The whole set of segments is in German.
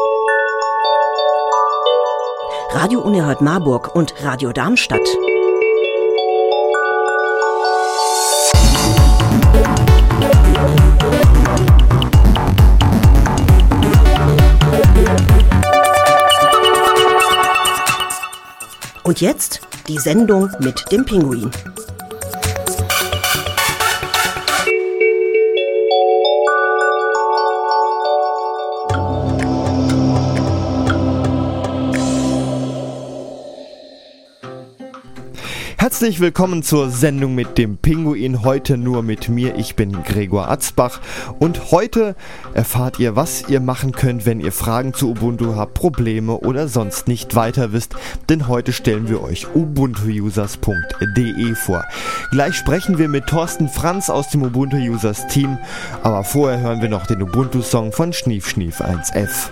Radio Unerhört Marburg und Radio Darmstadt. Und jetzt die Sendung mit dem Pinguin. Herzlich willkommen zur Sendung mit dem Pinguin, heute nur mit mir, ich bin Gregor Atzbach und heute erfahrt ihr, was ihr machen könnt, wenn ihr Fragen zu Ubuntu habt, Probleme oder sonst nicht weiter wisst, denn heute stellen wir euch ubuntuusers.de vor. Gleich sprechen wir mit Thorsten Franz aus dem Ubuntu Users Team, aber vorher hören wir noch den Ubuntu-Song von Schnief Schnief 1F.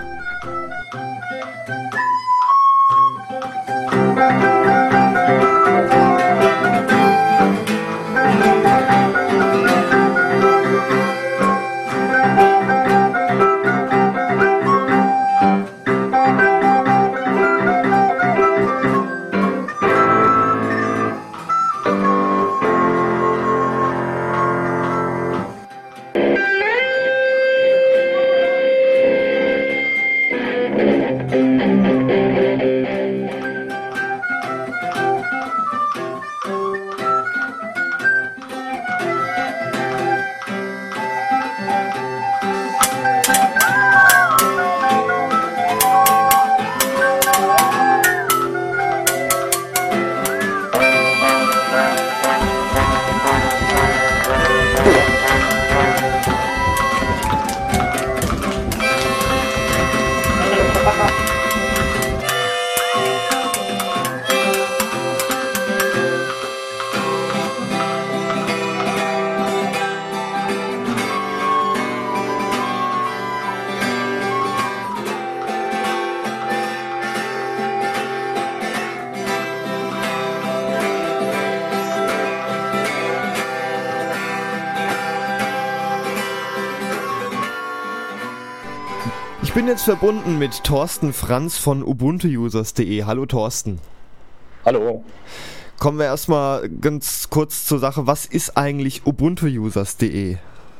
Ich bin jetzt verbunden mit Thorsten Franz von ubuntuusers.de. Hallo Thorsten. Hallo. Kommen wir erstmal ganz kurz zur Sache. Was ist eigentlich ubuntuusers.de?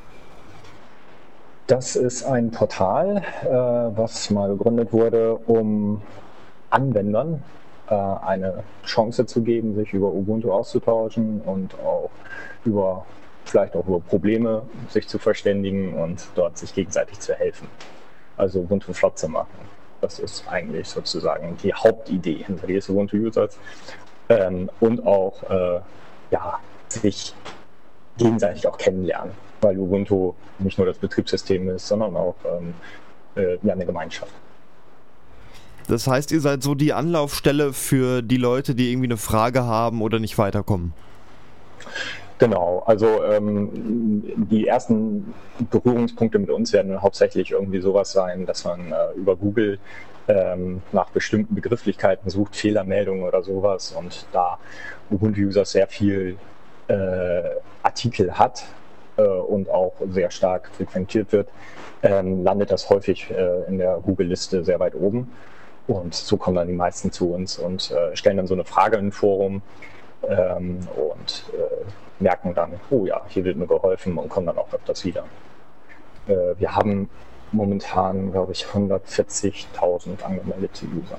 Das ist ein Portal, was mal gegründet wurde, um Anwendern eine Chance zu geben, sich über Ubuntu auszutauschen und auch vielleicht auch über Probleme sich zu verständigen und dort sich gegenseitig zu helfen. Also Ubuntu flott zu machen. Das ist eigentlich sozusagen die Hauptidee hinter des Ubuntu Users. Und auch sich gegenseitig auch kennenlernen, weil Ubuntu nicht nur das Betriebssystem ist, sondern auch eine Gemeinschaft. Das heißt, ihr seid so die Anlaufstelle für die Leute, die irgendwie eine Frage haben oder nicht weiterkommen? Genau, also die ersten Berührungspunkte mit uns werden hauptsächlich irgendwie sowas sein, dass man über Google nach bestimmten Begrifflichkeiten sucht, Fehlermeldungen oder sowas, und da Ubuntu Users sehr viel Artikel hat und auch sehr stark frequentiert wird, landet das häufig in der Google-Liste sehr weit oben, und so kommen dann die meisten zu uns und stellen dann so eine Frage in ein Forum und merken dann, oh ja, hier wird mir geholfen, und kommen dann auch öfters wieder. Wir haben momentan, glaube ich, 140.000 angemeldete User.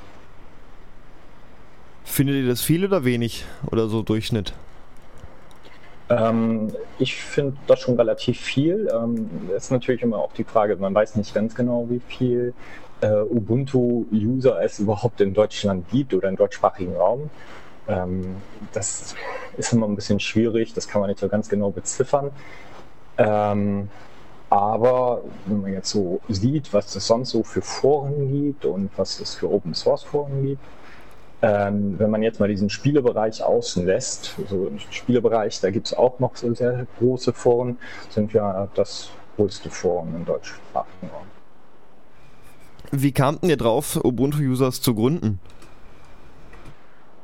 Findet ihr das viel oder wenig? Oder so Durchschnitt? Ich finde das schon relativ viel. Das ist natürlich immer auch die Frage, man weiß nicht ganz genau, wie viel Ubuntu-User es überhaupt in Deutschland gibt oder im deutschsprachigen Raum. Das ist immer ein bisschen schwierig, das kann man nicht so ganz genau beziffern. Aber wenn man jetzt so sieht, was es sonst so für Foren gibt und was es für Open-Source-Foren gibt, wenn man jetzt mal diesen Spielebereich außen lässt, so im Spielebereich, da gibt es auch noch so sehr große Foren, sind ja das größte Forum im deutschsprachigen Raum. Wie kamten ihr drauf, Ubuntu Users zu gründen?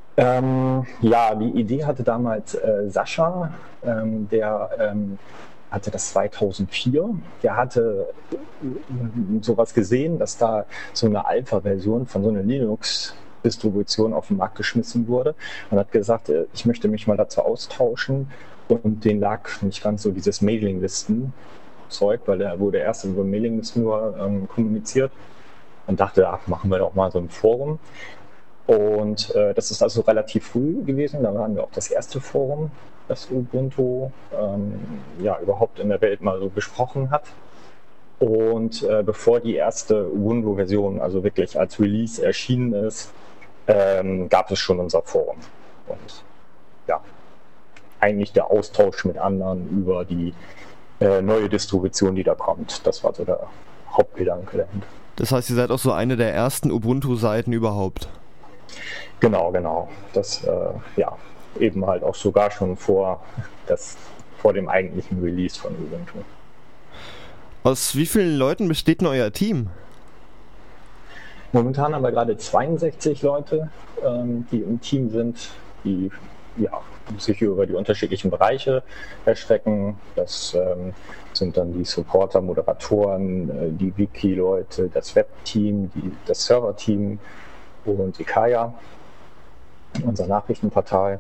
Die Idee hatte damals Sascha, der hatte das 2004. Der hatte sowas gesehen, dass da so eine Alpha-Version von so einer Linux-Distribution auf den Markt geschmissen wurde und hat gesagt, ich möchte mich mal dazu austauschen. Und den lag nicht ganz so dieses Mailinglisten-Zeug, weil er wurde erst über Mailinglisten nur kommuniziert und dachte, ach, machen wir doch mal so ein Forum. Und das ist also relativ früh gewesen. Da waren wir auch das erste Forum, das Ubuntu überhaupt in der Welt mal so besprochen hat. Und bevor die erste Ubuntu-Version also wirklich als Release erschienen ist, gab es schon unser Forum. Und ja, eigentlich der Austausch mit anderen über die neue Distribution, die da kommt. Das war so der Hauptgedanke dahinter. Das heißt, ihr seid auch so eine der ersten Ubuntu-Seiten überhaupt? Genau. Das eben halt auch sogar schon vor dem eigentlichen Release von Ubuntu. Aus wie vielen Leuten besteht denn euer Team? Momentan haben wir gerade 62 Leute, die im Team sind, die sich über die unterschiedlichen Bereiche erstrecken. Das sind dann die Supporter, Moderatoren, die Wiki-Leute, das Web-Team, das Server-Team und die Kaya, unser Nachrichtenportal.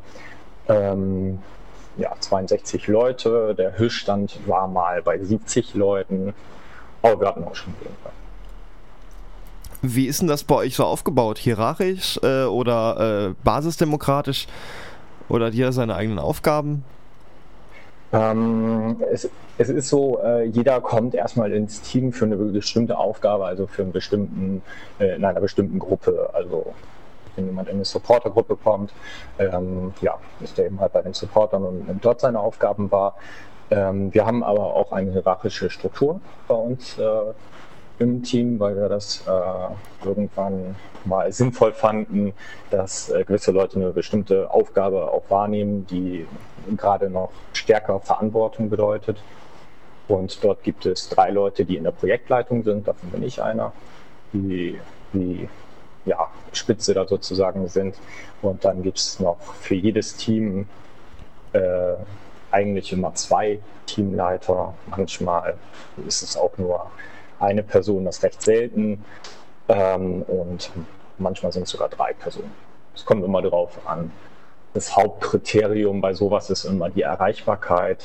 62 Höchststand, der Höchststand war mal bei 70 Leuten, aber wir hatten auch schon weniger. Wie ist denn das bei euch so aufgebaut? Hierarchisch oder basisdemokratisch? Oder hat jeder seine eigenen Aufgaben? Es ist so, jeder kommt erstmal ins Team für eine bestimmte Aufgabe, also für einen bestimmten, in einer bestimmten Gruppe. Also wenn jemand in eine Supportergruppe kommt, ist der eben halt bei den Supportern und nimmt dort seine Aufgaben wahr. Wir haben aber auch eine hierarchische Struktur bei uns im Team, weil wir das irgendwann mal sinnvoll fanden, dass gewisse Leute eine bestimmte Aufgabe auch wahrnehmen, die gerade noch stärker Verantwortung bedeutet. Und dort gibt es 3 Leute, die in der Projektleitung sind, davon bin ich einer, die Spitze da sozusagen sind. Und dann gibt es noch für jedes Team eigentlich immer 2 Teamleiter. Manchmal ist es auch nur eine Person, das ist recht selten. Und manchmal sind es sogar 3 Personen. Es kommt immer darauf an. Das Hauptkriterium bei sowas ist immer die Erreichbarkeit,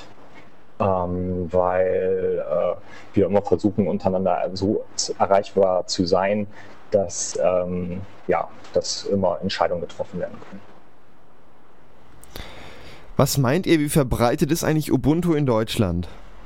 weil wir immer versuchen, untereinander so erreichbar zu sein, dass immer Entscheidungen getroffen werden können. Was meint ihr, wie verbreitet ist eigentlich Ubuntu in Deutschland?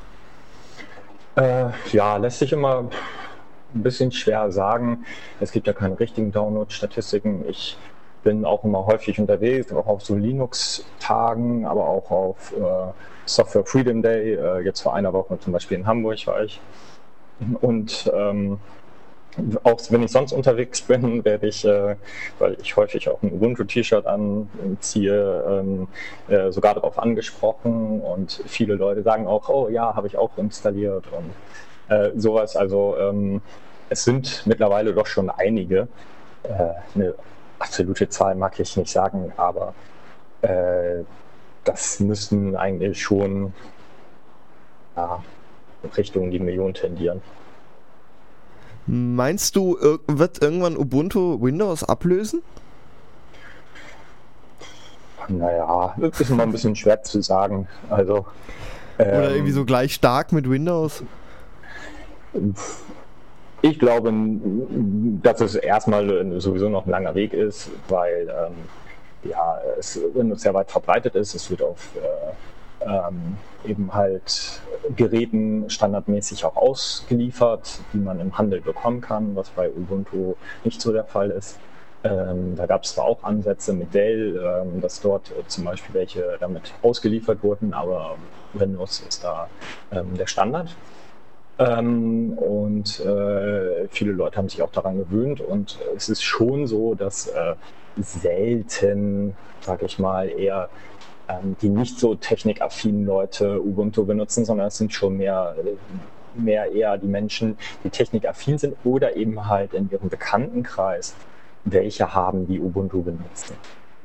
Lässt sich immer ein bisschen schwer sagen. Es gibt ja keine richtigen Download-Statistiken. Ich bin auch immer häufig unterwegs, auch auf so Linux-Tagen, aber auch auf Software Freedom Day. Jetzt vor einer Woche zum Beispiel in Hamburg war ich. Und auch wenn ich sonst unterwegs bin, werde ich, weil ich häufig auch ein Ubuntu-T-Shirt anziehe, sogar darauf angesprochen und viele Leute sagen auch, oh ja, habe ich auch installiert und sowas. Also es sind mittlerweile doch schon einige. Eine absolute Zahl mag ich nicht sagen, aber das müssten eigentlich schon Richtung die Million tendieren. Meinst du, wird irgendwann Ubuntu Windows ablösen? Naja, das ist immer ein bisschen schwer zu sagen. Also, oder irgendwie so gleich stark mit Windows? Ich glaube, dass es erstmal sowieso noch ein langer Weg ist, weil Windows sehr weit verbreitet ist. Es wird auf eben halt Geräten standardmäßig auch ausgeliefert, die man im Handel bekommen kann, was bei Ubuntu nicht so der Fall ist. Da gab es zwar auch Ansätze mit Dell, dass dort zum Beispiel welche damit ausgeliefert wurden, aber Windows ist da der Standard. Viele Leute haben sich auch daran gewöhnt und es ist schon so, dass selten, sage ich mal, eher die nicht so technikaffinen Leute Ubuntu benutzen, sondern es sind schon mehr eher die Menschen, die technikaffin sind oder eben halt in ihrem Bekanntenkreis welche haben, die Ubuntu benutzen.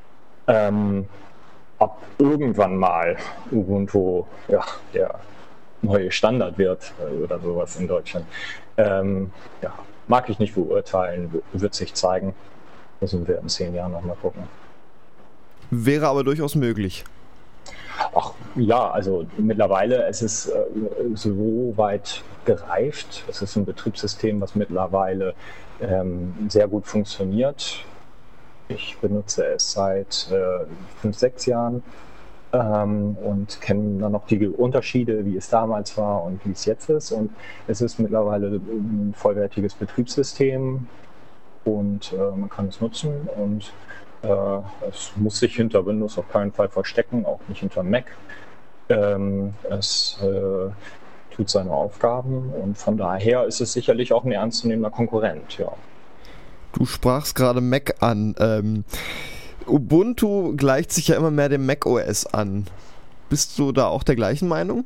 Ob irgendwann mal Ubuntu der neue Standard wird oder sowas in Deutschland. Ja, mag ich nicht beurteilen, wird sich zeigen. Müssen wir in 10 Jahren nochmal gucken. Wäre aber durchaus möglich. Ach ja, also mittlerweile es ist so weit gereift. Es ist ein Betriebssystem, was mittlerweile sehr gut funktioniert. Ich benutze es seit 5, 6 Jahren und kenne dann noch die Unterschiede, wie es damals war und wie es jetzt ist. Und es ist mittlerweile ein vollwertiges Betriebssystem und man kann es nutzen. Und es muss sich hinter Windows auf keinen Fall verstecken, auch nicht hinter Mac. Es tut seine Aufgaben und von daher ist es sicherlich auch ein ernstzunehmender Konkurrent. Ja. Du sprachst gerade Mac an. Ubuntu gleicht sich ja immer mehr dem Mac OS an. Bist du da auch der gleichen Meinung?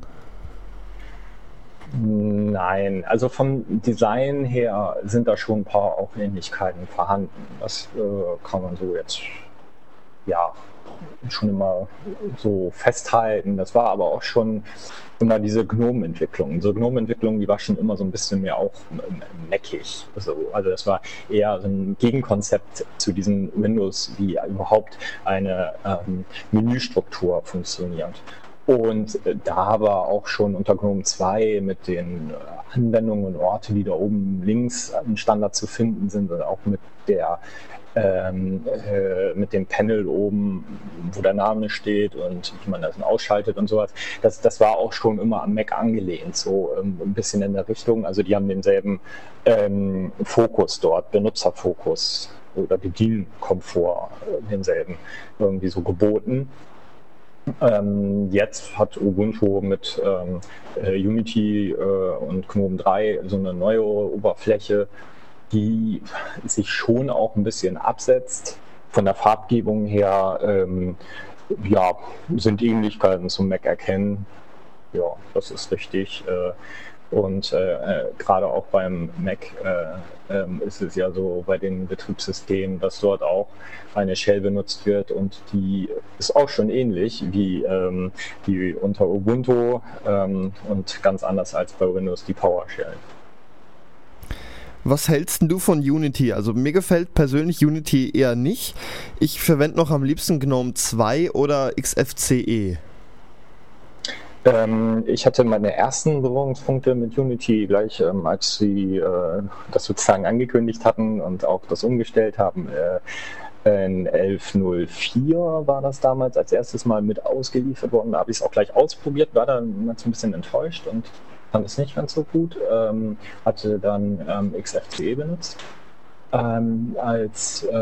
Nein, also vom Design her sind da schon ein paar auch Ähnlichkeiten vorhanden. Das kann man so jetzt ja schon immer so festhalten. Das war aber auch schon immer diese GNOME-Entwicklung. Diese GNOME-Entwicklung, die war schon immer so ein bisschen mehr auch neckig. Also das war eher so ein Gegenkonzept zu diesem Windows, wie überhaupt eine Menüstruktur funktioniert. Und da war auch schon unter GNOME 2 mit den Anwendungen und Orte, die da oben links im Standard zu finden sind, und auch mit der mit dem Panel oben, wo der Name steht und wie man das ausschaltet und sowas. Das war auch schon immer am Mac angelehnt, so ein bisschen in der Richtung. Also die haben denselben Fokus dort, Benutzerfokus oder Bedienkomfort, denselben irgendwie so geboten. Jetzt hat Ubuntu mit Unity und GNOME 3 so eine neue Oberfläche, die sich schon auch ein bisschen absetzt. Von der Farbgebung her ja, sind Ähnlichkeiten zum Mac erkennen. Ja, das ist richtig. Und gerade auch beim Mac ist es ja so bei den Betriebssystemen, dass dort auch eine Shell benutzt wird und die ist auch schon ähnlich wie die unter Ubuntu und ganz anders als bei Windows die PowerShell. Was hältst denn du von Unity? Also mir gefällt persönlich Unity eher nicht. Ich verwende noch am liebsten GNOME 2 oder XFCE. Ich hatte meine ersten Berührungspunkte mit Unity gleich, als sie das sozusagen angekündigt hatten und auch das umgestellt haben. In 11.04 war das damals als erstes Mal mit ausgeliefert worden. Da habe ich es auch gleich ausprobiert, war dann ein bisschen enttäuscht und fand es nicht ganz so gut. Hatte dann XFCE benutzt als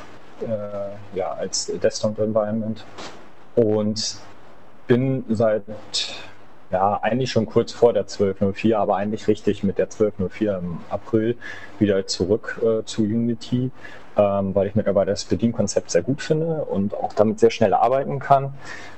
Desktop-Environment und bin seit eigentlich schon kurz vor der 12.04, aber eigentlich richtig mit der 12.04 im April wieder zurück zu Unity, weil ich mittlerweile das Bedienkonzept sehr gut finde und auch damit sehr schnell arbeiten kann.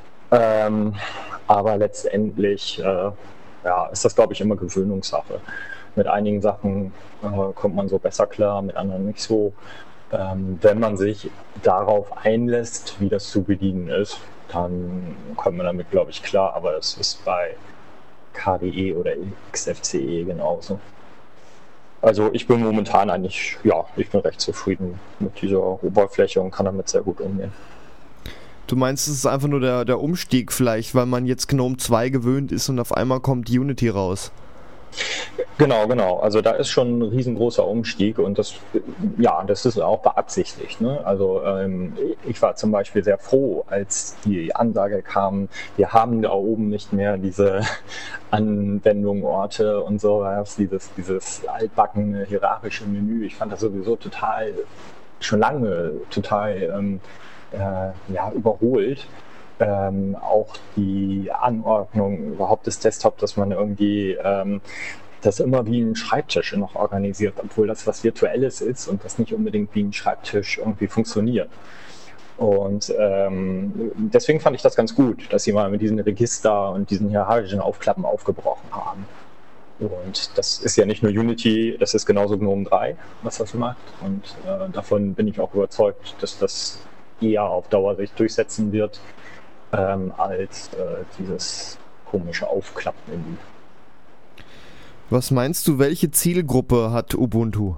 Aber letztendlich ist das, glaube ich, immer Gewöhnungssache. Mit einigen Sachen kommt man so besser klar, mit anderen nicht so. Wenn man sich darauf einlässt, wie das zu bedienen ist, dann kommt man damit, glaube ich, klar. Aber das ist bei KDE oder XFCE genauso. Also ich bin momentan eigentlich, ich bin recht zufrieden mit dieser Oberfläche und kann damit sehr gut umgehen. Du meinst, es ist einfach nur der Umstieg vielleicht, weil man jetzt GNOME 2 gewöhnt ist und auf einmal kommt Unity raus? Genau. Also da ist schon ein riesengroßer Umstieg und das ist auch beabsichtigt. Ne? Also ich war zum Beispiel sehr froh, als die Ansage kam, wir haben da oben nicht mehr diese Anwendungen, Orte und sowas, dieses altbackene hierarchische Menü. Ich fand das sowieso schon lange total überholt. Auch die Anordnung überhaupt des Desktops, dass man irgendwie das immer wie ein Schreibtisch noch organisiert, obwohl das was Virtuelles ist und das nicht unbedingt wie ein Schreibtisch irgendwie funktioniert. Und deswegen fand ich das ganz gut, dass sie mal mit diesen Register und diesen hierarchischen Aufklappen aufgebrochen haben. Und das ist ja nicht nur Unity, das ist genauso GNOME 3, was das macht. Und davon bin ich auch überzeugt, dass das eher auf Dauer sich durchsetzen wird, als dieses komische Aufklappen. Was meinst du, welche Zielgruppe hat Ubuntu?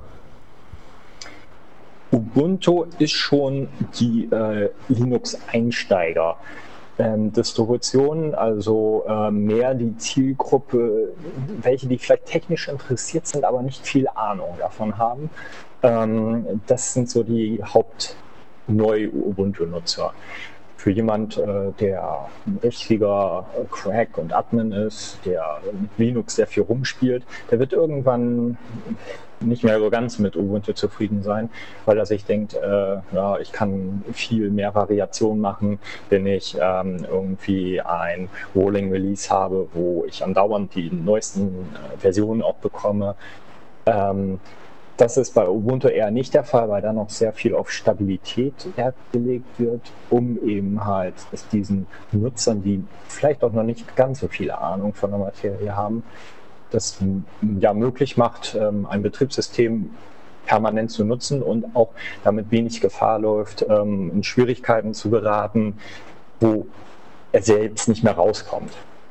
Ubuntu ist schon die Linux-Einsteiger. Distributionen, also mehr die Zielgruppe, welche die vielleicht technisch interessiert sind, aber nicht viel Ahnung davon haben. Das sind so die Haupt-Neu-Ubuntu-Nutzer. Für jemand, der ein richtiger Crack und Admin ist, der mit Linux sehr viel rumspielt, der wird irgendwann nicht mehr so ganz mit Ubuntu zufrieden sein, weil er sich denkt, ja, ich kann viel mehr Variationen machen, wenn ich irgendwie ein Rolling Release habe, wo ich andauernd die neuesten Versionen auch bekomme. Das ist bei Ubuntu eher nicht der Fall, weil da noch sehr viel auf Stabilität Wert gelegt wird, um eben halt es diesen Nutzern, die vielleicht auch noch nicht ganz so viel Ahnung von der Materie haben, das ja möglich macht, ein Betriebssystem permanent zu nutzen und auch damit wenig Gefahr läuft, in Schwierigkeiten zu geraten, wo er selbst nicht mehr rauskommt.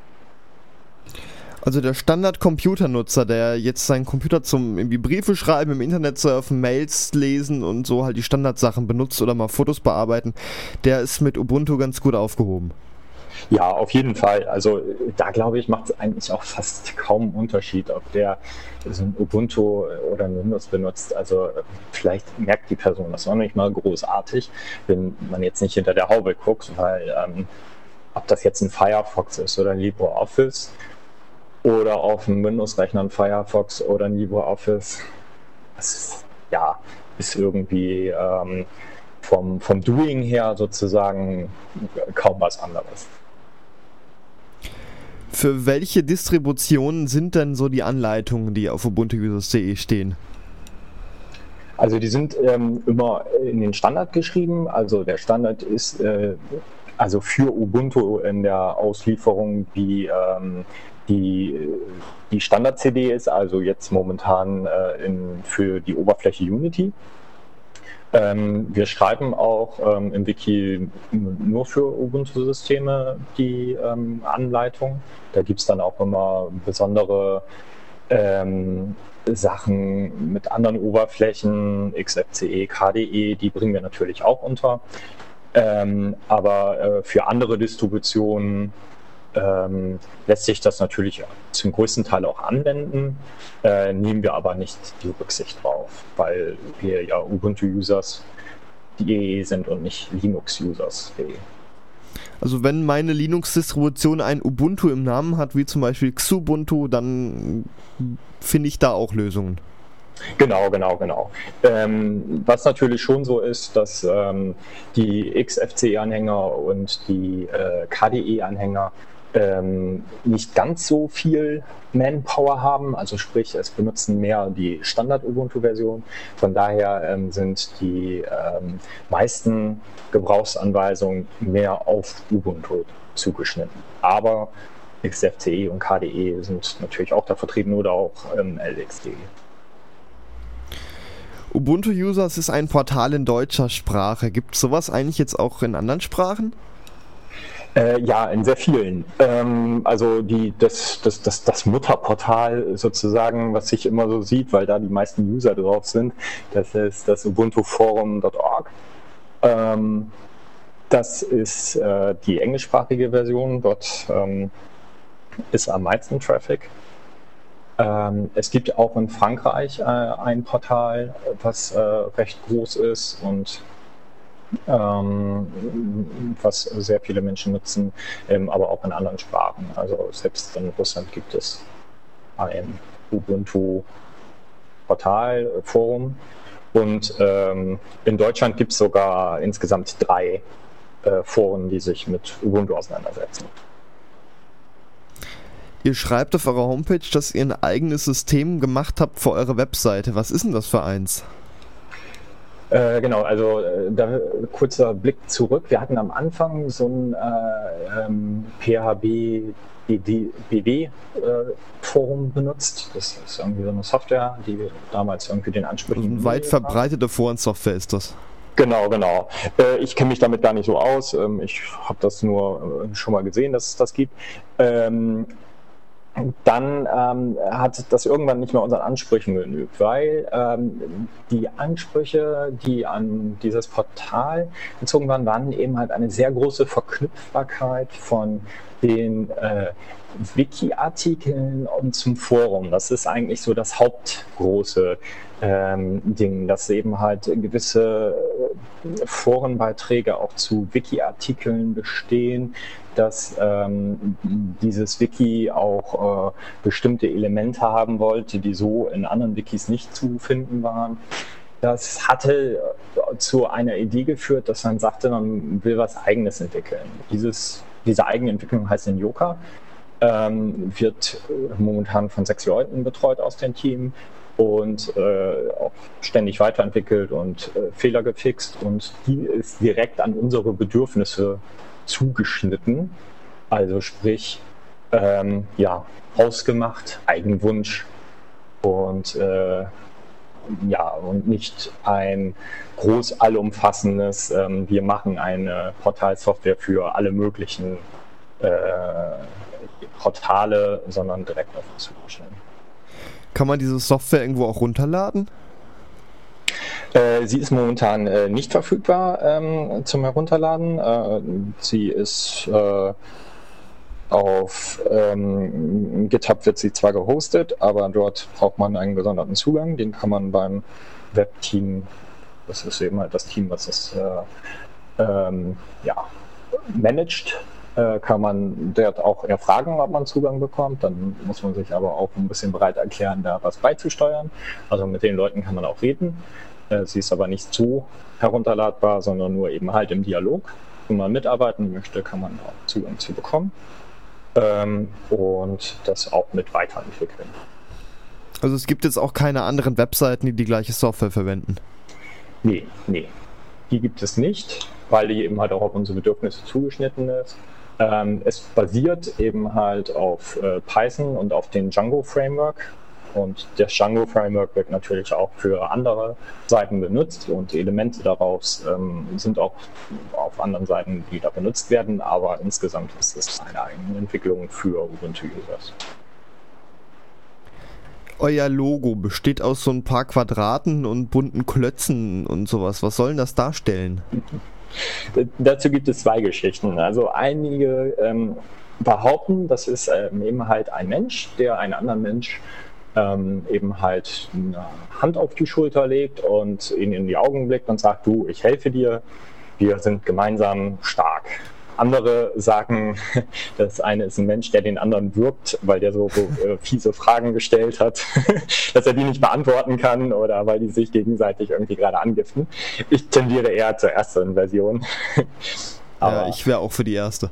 Also der Standard-Computernutzer, der jetzt seinen Computer zum irgendwie Briefe schreiben, im Internet surfen, Mails lesen und so halt die Standardsachen benutzt oder mal Fotos bearbeiten, der ist mit Ubuntu ganz gut aufgehoben. Ja, auf jeden Fall. Also da glaube ich, macht es eigentlich auch fast kaum einen Unterschied, ob der so ein Ubuntu oder ein Windows benutzt. Also vielleicht merkt die Person das noch nicht mal großartig, wenn man jetzt nicht hinter der Haube guckt, weil ob das jetzt ein Firefox ist oder ein LibreOffice, oder auf dem Windows-Rechner ein Firefox oder ein LibreOffice. Das ist irgendwie vom Doing her sozusagen kaum was anderes. Für welche Distributionen sind denn so die Anleitungen, die auf ubuntu-users.de stehen? Also die sind immer in den Standard geschrieben. Also der Standard ist also für Ubuntu in der Auslieferung wie die Standard-CD ist, also jetzt momentan für die Oberfläche Unity. Wir schreiben auch im Wiki nur für Ubuntu-Systeme die Anleitung. Da gibt es dann auch immer besondere Sachen mit anderen Oberflächen, XFCE, KDE, die bringen wir natürlich auch unter. Aber für andere Distributionen lässt sich das natürlich zum größten Teil auch anwenden, nehmen wir aber nicht die Rücksicht drauf, weil wir ja Ubuntu-Users.de sind und nicht Linux-Users.de. Also wenn meine Linux-Distribution ein Ubuntu im Namen hat, wie zum Beispiel Xubuntu, dann finde ich da auch Lösungen. Genau. Was natürlich schon so ist, dass die XFCE-Anhänger und die KDE-Anhänger nicht ganz so viel Manpower haben, also sprich, es benutzen mehr die Standard-Ubuntu-Version. Von daher sind die meisten Gebrauchsanweisungen mehr auf Ubuntu zugeschnitten. Aber XFCE und KDE sind natürlich auch da vertreten oder auch LXDE. Ubuntu-Users ist ein Portal in deutscher Sprache. Gibt es sowas eigentlich jetzt auch in anderen Sprachen? Ja, in sehr vielen. Also das Mutterportal sozusagen, was sich immer so sieht, weil da die meisten User drauf sind, das ist das ubuntuforum.org. Das ist die englischsprachige Version. Dort ist am meisten Traffic. Es gibt auch in Frankreich ein Portal, was recht groß ist und was sehr viele Menschen nutzen, aber auch in anderen Sprachen. Also selbst in Russland gibt es ein Ubuntu-Portal, Forum und in Deutschland gibt es sogar insgesamt 3 Foren, die sich mit Ubuntu auseinandersetzen. Ihr schreibt auf eurer Homepage, dass ihr ein eigenes System gemacht habt für eure Webseite. Was ist denn das für eins? Genau, also da kurzer Blick zurück. Wir hatten am Anfang so ein PHP-BD-Forum benutzt. Das ist irgendwie so eine Software, die wir damals irgendwie den Ansprüchen... Also eine weit verbreitete Forensoftware ist das. Genau. Ich kenne mich damit gar nicht so aus. Ich habe das nur schon mal gesehen, dass es das gibt. dann hat das irgendwann nicht mehr unseren Ansprüchen genügt, weil die Ansprüche, die an dieses Portal gezogen waren eben halt eine sehr große Verknüpfbarkeit von den Wiki-Artikeln und zum Forum. Das ist eigentlich so das hauptgroße Ding, dass eben halt gewisse Forenbeiträge auch zu Wiki-Artikeln bestehen, dass dieses Wiki auch bestimmte Elemente haben wollte, die so in anderen Wikis nicht zu finden waren. Das hatte zu einer Idee geführt, dass man sagte, man will was Eigenes entwickeln. Diese eigene Entwicklung heißt Inyoka, wird momentan von 6 Leuten betreut aus dem Team und auch ständig weiterentwickelt und Fehler gefixt, und die ist direkt an unsere Bedürfnisse zugeschnitten, also sprich hausgemacht, Eigenwunsch und und nicht ein groß allumfassendes, wir machen eine Portalsoftware für alle möglichen Portale, sondern direkt auf uns zugeschnitten. Kann man diese Software irgendwo auch runterladen? Sie ist momentan nicht verfügbar zum Herunterladen. Sie ist auf GitHub wird sie zwar gehostet, aber dort braucht man einen gesonderten Zugang. Den kann man beim Webteam, das ist eben halt das Team, was es managt, kann man dort auch erfragen, ob man Zugang bekommt. Dann muss man sich aber auch ein bisschen bereit erklären, da was beizusteuern. Also mit den Leuten kann man auch reden. Sie ist aber nicht so herunterladbar, sondern nur eben halt im Dialog. Wenn man mitarbeiten möchte, kann man auch Zugang zu bekommen und das auch mit weiterentwickeln. Also es gibt jetzt auch keine anderen Webseiten, die die gleiche Software verwenden? Nee. Die gibt es nicht, weil die eben halt auch auf unsere Bedürfnisse zugeschnitten ist. Es basiert eben halt auf Python und auf dem Django Framework. Und das Django Framework wird natürlich auch für andere Seiten benutzt, und die Elemente daraus sind auch auf anderen Seiten, die da benutzt werden, aber insgesamt ist es eine eigene Entwicklung für Ubuntu-Users. Euer Logo besteht aus so ein paar Quadraten und bunten Klötzen und sowas. Was soll denn das darstellen? Dazu gibt es 2 Geschichten. Also einige behaupten, das ist eben halt ein Mensch, der einen anderen Mensch eben halt eine Hand auf die Schulter legt und ihn in die Augen blickt und sagt, du, ich helfe dir, wir sind gemeinsam stark. Andere sagen, das eine ist ein Mensch, der den anderen wirkt, weil der so fiese Fragen gestellt hat, dass er die nicht beantworten kann oder weil die sich gegenseitig irgendwie gerade angiften. Ich tendiere eher zur ersten Version. Aber ich wäre auch für die erste.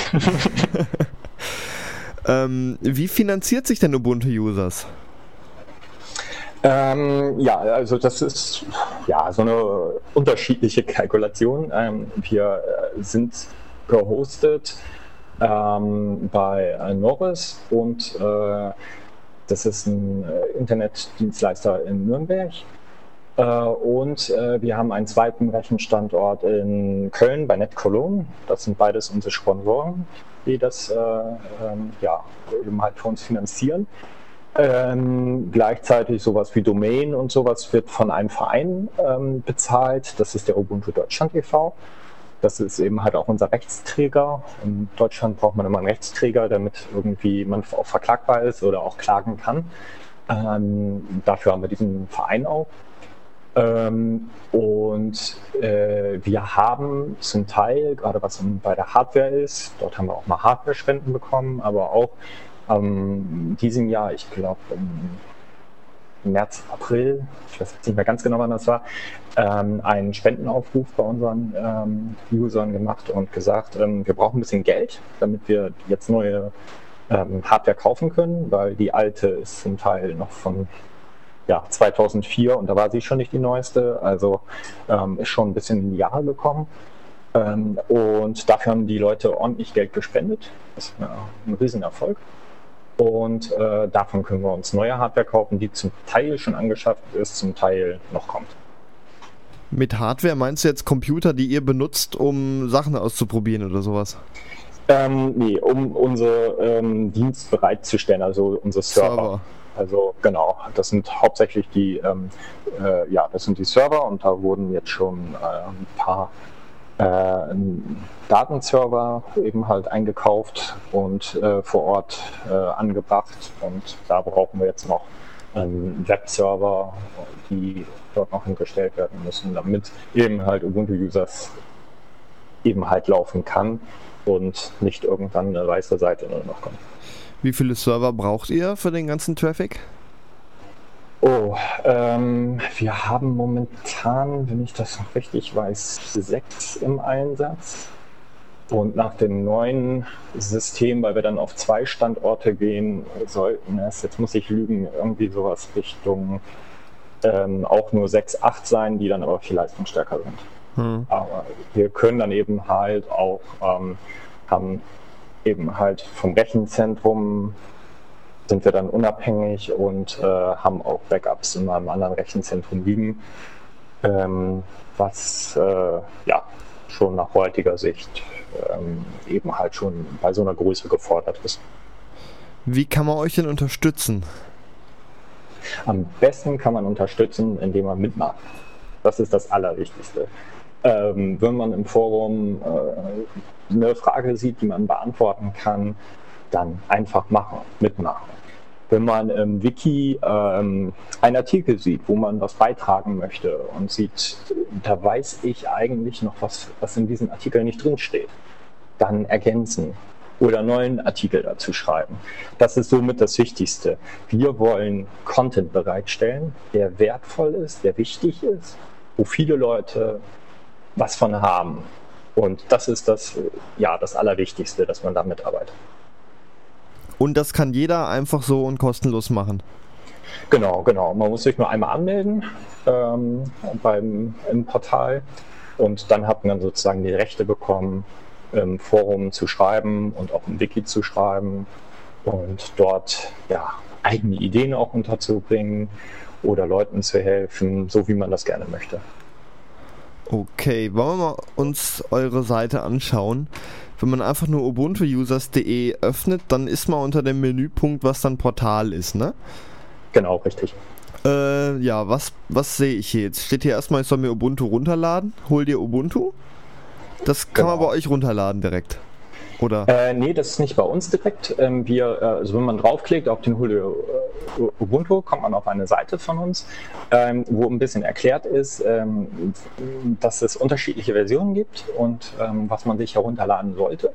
Wie finanziert sich denn Ubuntu-Users? Also das ist so eine unterschiedliche Kalkulation. Wir sind gehostet bei Norris, und das ist ein Internetdienstleister in Nürnberg. Und wir haben einen zweiten Rechenstandort in Köln bei NetCologne. Das sind beides unsere Sponsoren, die das eben halt für uns finanzieren. Gleichzeitig sowas wie Domain und sowas wird von einem Verein bezahlt. Das ist der Ubuntu Deutschland e.V. Das ist eben halt auch unser Rechtsträger. In Deutschland braucht man immer einen Rechtsträger, damit irgendwie man auch verklagbar ist oder auch klagen kann. Dafür haben wir diesen Verein auch. Wir haben zum Teil, gerade was bei der Hardware ist, dort haben wir auch mal Hardware-Spenden bekommen, aber auch diesem Jahr, ich glaube im März, April, ich weiß nicht mehr ganz genau, wann das war, einen Spendenaufruf bei unseren Usern gemacht und gesagt, wir brauchen ein bisschen Geld, damit wir jetzt neue Hardware kaufen können, weil die alte ist zum Teil noch von 2004 und da war sie schon nicht die neueste, also ist schon ein bisschen in die Jahre gekommen. Und dafür haben die Leute ordentlich Geld gespendet. Das ist ein Riesenerfolg. Und davon können wir uns neue Hardware kaufen, die zum Teil schon angeschafft ist, zum Teil noch kommt. Mit Hardware meinst du jetzt Computer, die ihr benutzt, um Sachen auszuprobieren oder sowas? Nee, um unsere Dienst bereitzustellen, also unsere Server. Also genau, das sind hauptsächlich die, das sind die Server, und da wurden jetzt schon ein paar Datenserver eben halt eingekauft und vor Ort angebracht, und da brauchen wir jetzt noch einen Webserver, die dort noch hingestellt werden müssen, damit eben halt Ubuntu-Users eben halt laufen kann und nicht irgendwann eine weiße Seite nur noch kommt. Wie viele Server braucht ihr für den ganzen Traffic? Wir haben momentan, wenn ich das noch richtig weiß, 6 im Einsatz. Und nach dem neuen System, weil wir dann auf 2 Standorte gehen sollten, jetzt muss ich lügen, irgendwie sowas Richtung auch nur 6, 8 sein, die dann aber viel leistungsstärker sind. Aber wir können dann eben halt auch, haben eben halt vom Rechenzentrum, sind wir dann unabhängig und haben auch Backups in einem anderen Rechenzentrum liegen, was schon nach heutiger Sicht eben halt schon bei so einer Größe gefordert ist. Wie kann man euch denn unterstützen? Am besten kann man unterstützen, indem man mitmacht. Das ist das Allerwichtigste. Wenn man im Forum eine Frage sieht, die man beantworten kann, dann einfach mitmachen. Wenn man im Wiki einen Artikel sieht, wo man was beitragen möchte und sieht, da weiß ich eigentlich noch was in diesem Artikel nicht drinsteht, dann ergänzen oder einen neuen Artikel dazu schreiben. Das ist somit das Wichtigste. Wir wollen Content bereitstellen, der wertvoll ist, der wichtig ist, wo viele Leute was von haben. Und das ist das Allerwichtigste, dass man da mitarbeitet. Und das kann jeder einfach so und kostenlos machen? Genau. Man muss sich nur einmal anmelden im Portal, und dann hat man sozusagen die Rechte bekommen, im Forum zu schreiben und auch im Wiki zu schreiben und dort eigene Ideen auch unterzubringen oder Leuten zu helfen, so wie man das gerne möchte. Okay, wollen wir mal uns eure Seite anschauen? Wenn man einfach nur ubuntuusers.de öffnet, dann ist man unter dem Menüpunkt, was dann Portal ist, ne? Genau, richtig. Was sehe ich hier jetzt? Steht hier erstmal, ich soll mir Ubuntu runterladen. Hol dir Ubuntu? Das kann man bei euch runterladen direkt, oder? Nee, das ist nicht bei uns direkt. Wenn man draufklickt auf den Hol dir Ubuntu, kommt man auf eine Seite von uns, wo ein bisschen erklärt ist, dass es unterschiedliche Versionen gibt und was man sich herunterladen sollte.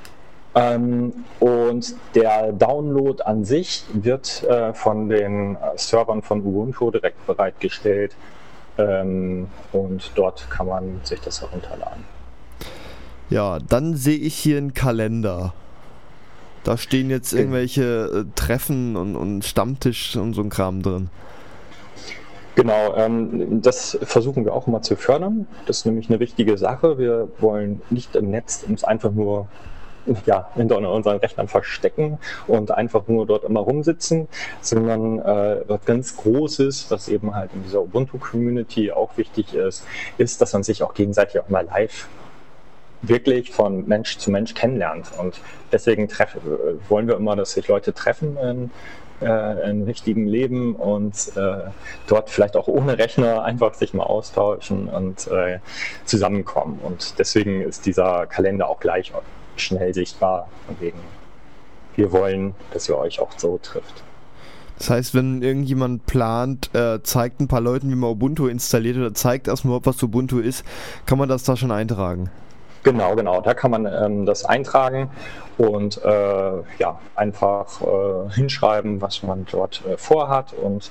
Und der Download an sich wird von den Servern von Ubuntu direkt bereitgestellt, und dort kann man sich das herunterladen. Ja, dann sehe ich hier einen Kalender. Da stehen jetzt irgendwelche Treffen und Stammtisch und so ein Kram drin. Genau, das versuchen wir auch immer zu fördern. Das ist nämlich eine wichtige Sache. Wir wollen nicht im Netz uns einfach nur hinter unseren Rechnern verstecken und einfach nur dort immer rumsitzen, sondern was ganz Großes, was eben halt in dieser Ubuntu-Community auch wichtig ist, dass man sich auch gegenseitig auch mal live wirklich von Mensch zu Mensch kennenlernt. Und deswegen wollen wir immer, dass sich Leute treffen im richtigen Leben und dort vielleicht auch ohne Rechner einfach sich mal austauschen und zusammenkommen. Und deswegen ist dieser Kalender auch gleich schnell sichtbar. Und wegen, wir wollen, dass ihr euch auch so trifft. Das heißt, wenn irgendjemand plant, zeigt ein paar Leuten, wie man Ubuntu installiert oder zeigt erstmal, was Ubuntu ist, kann man das da schon eintragen? Genau, da kann man das eintragen und einfach hinschreiben, was man dort vorhat, und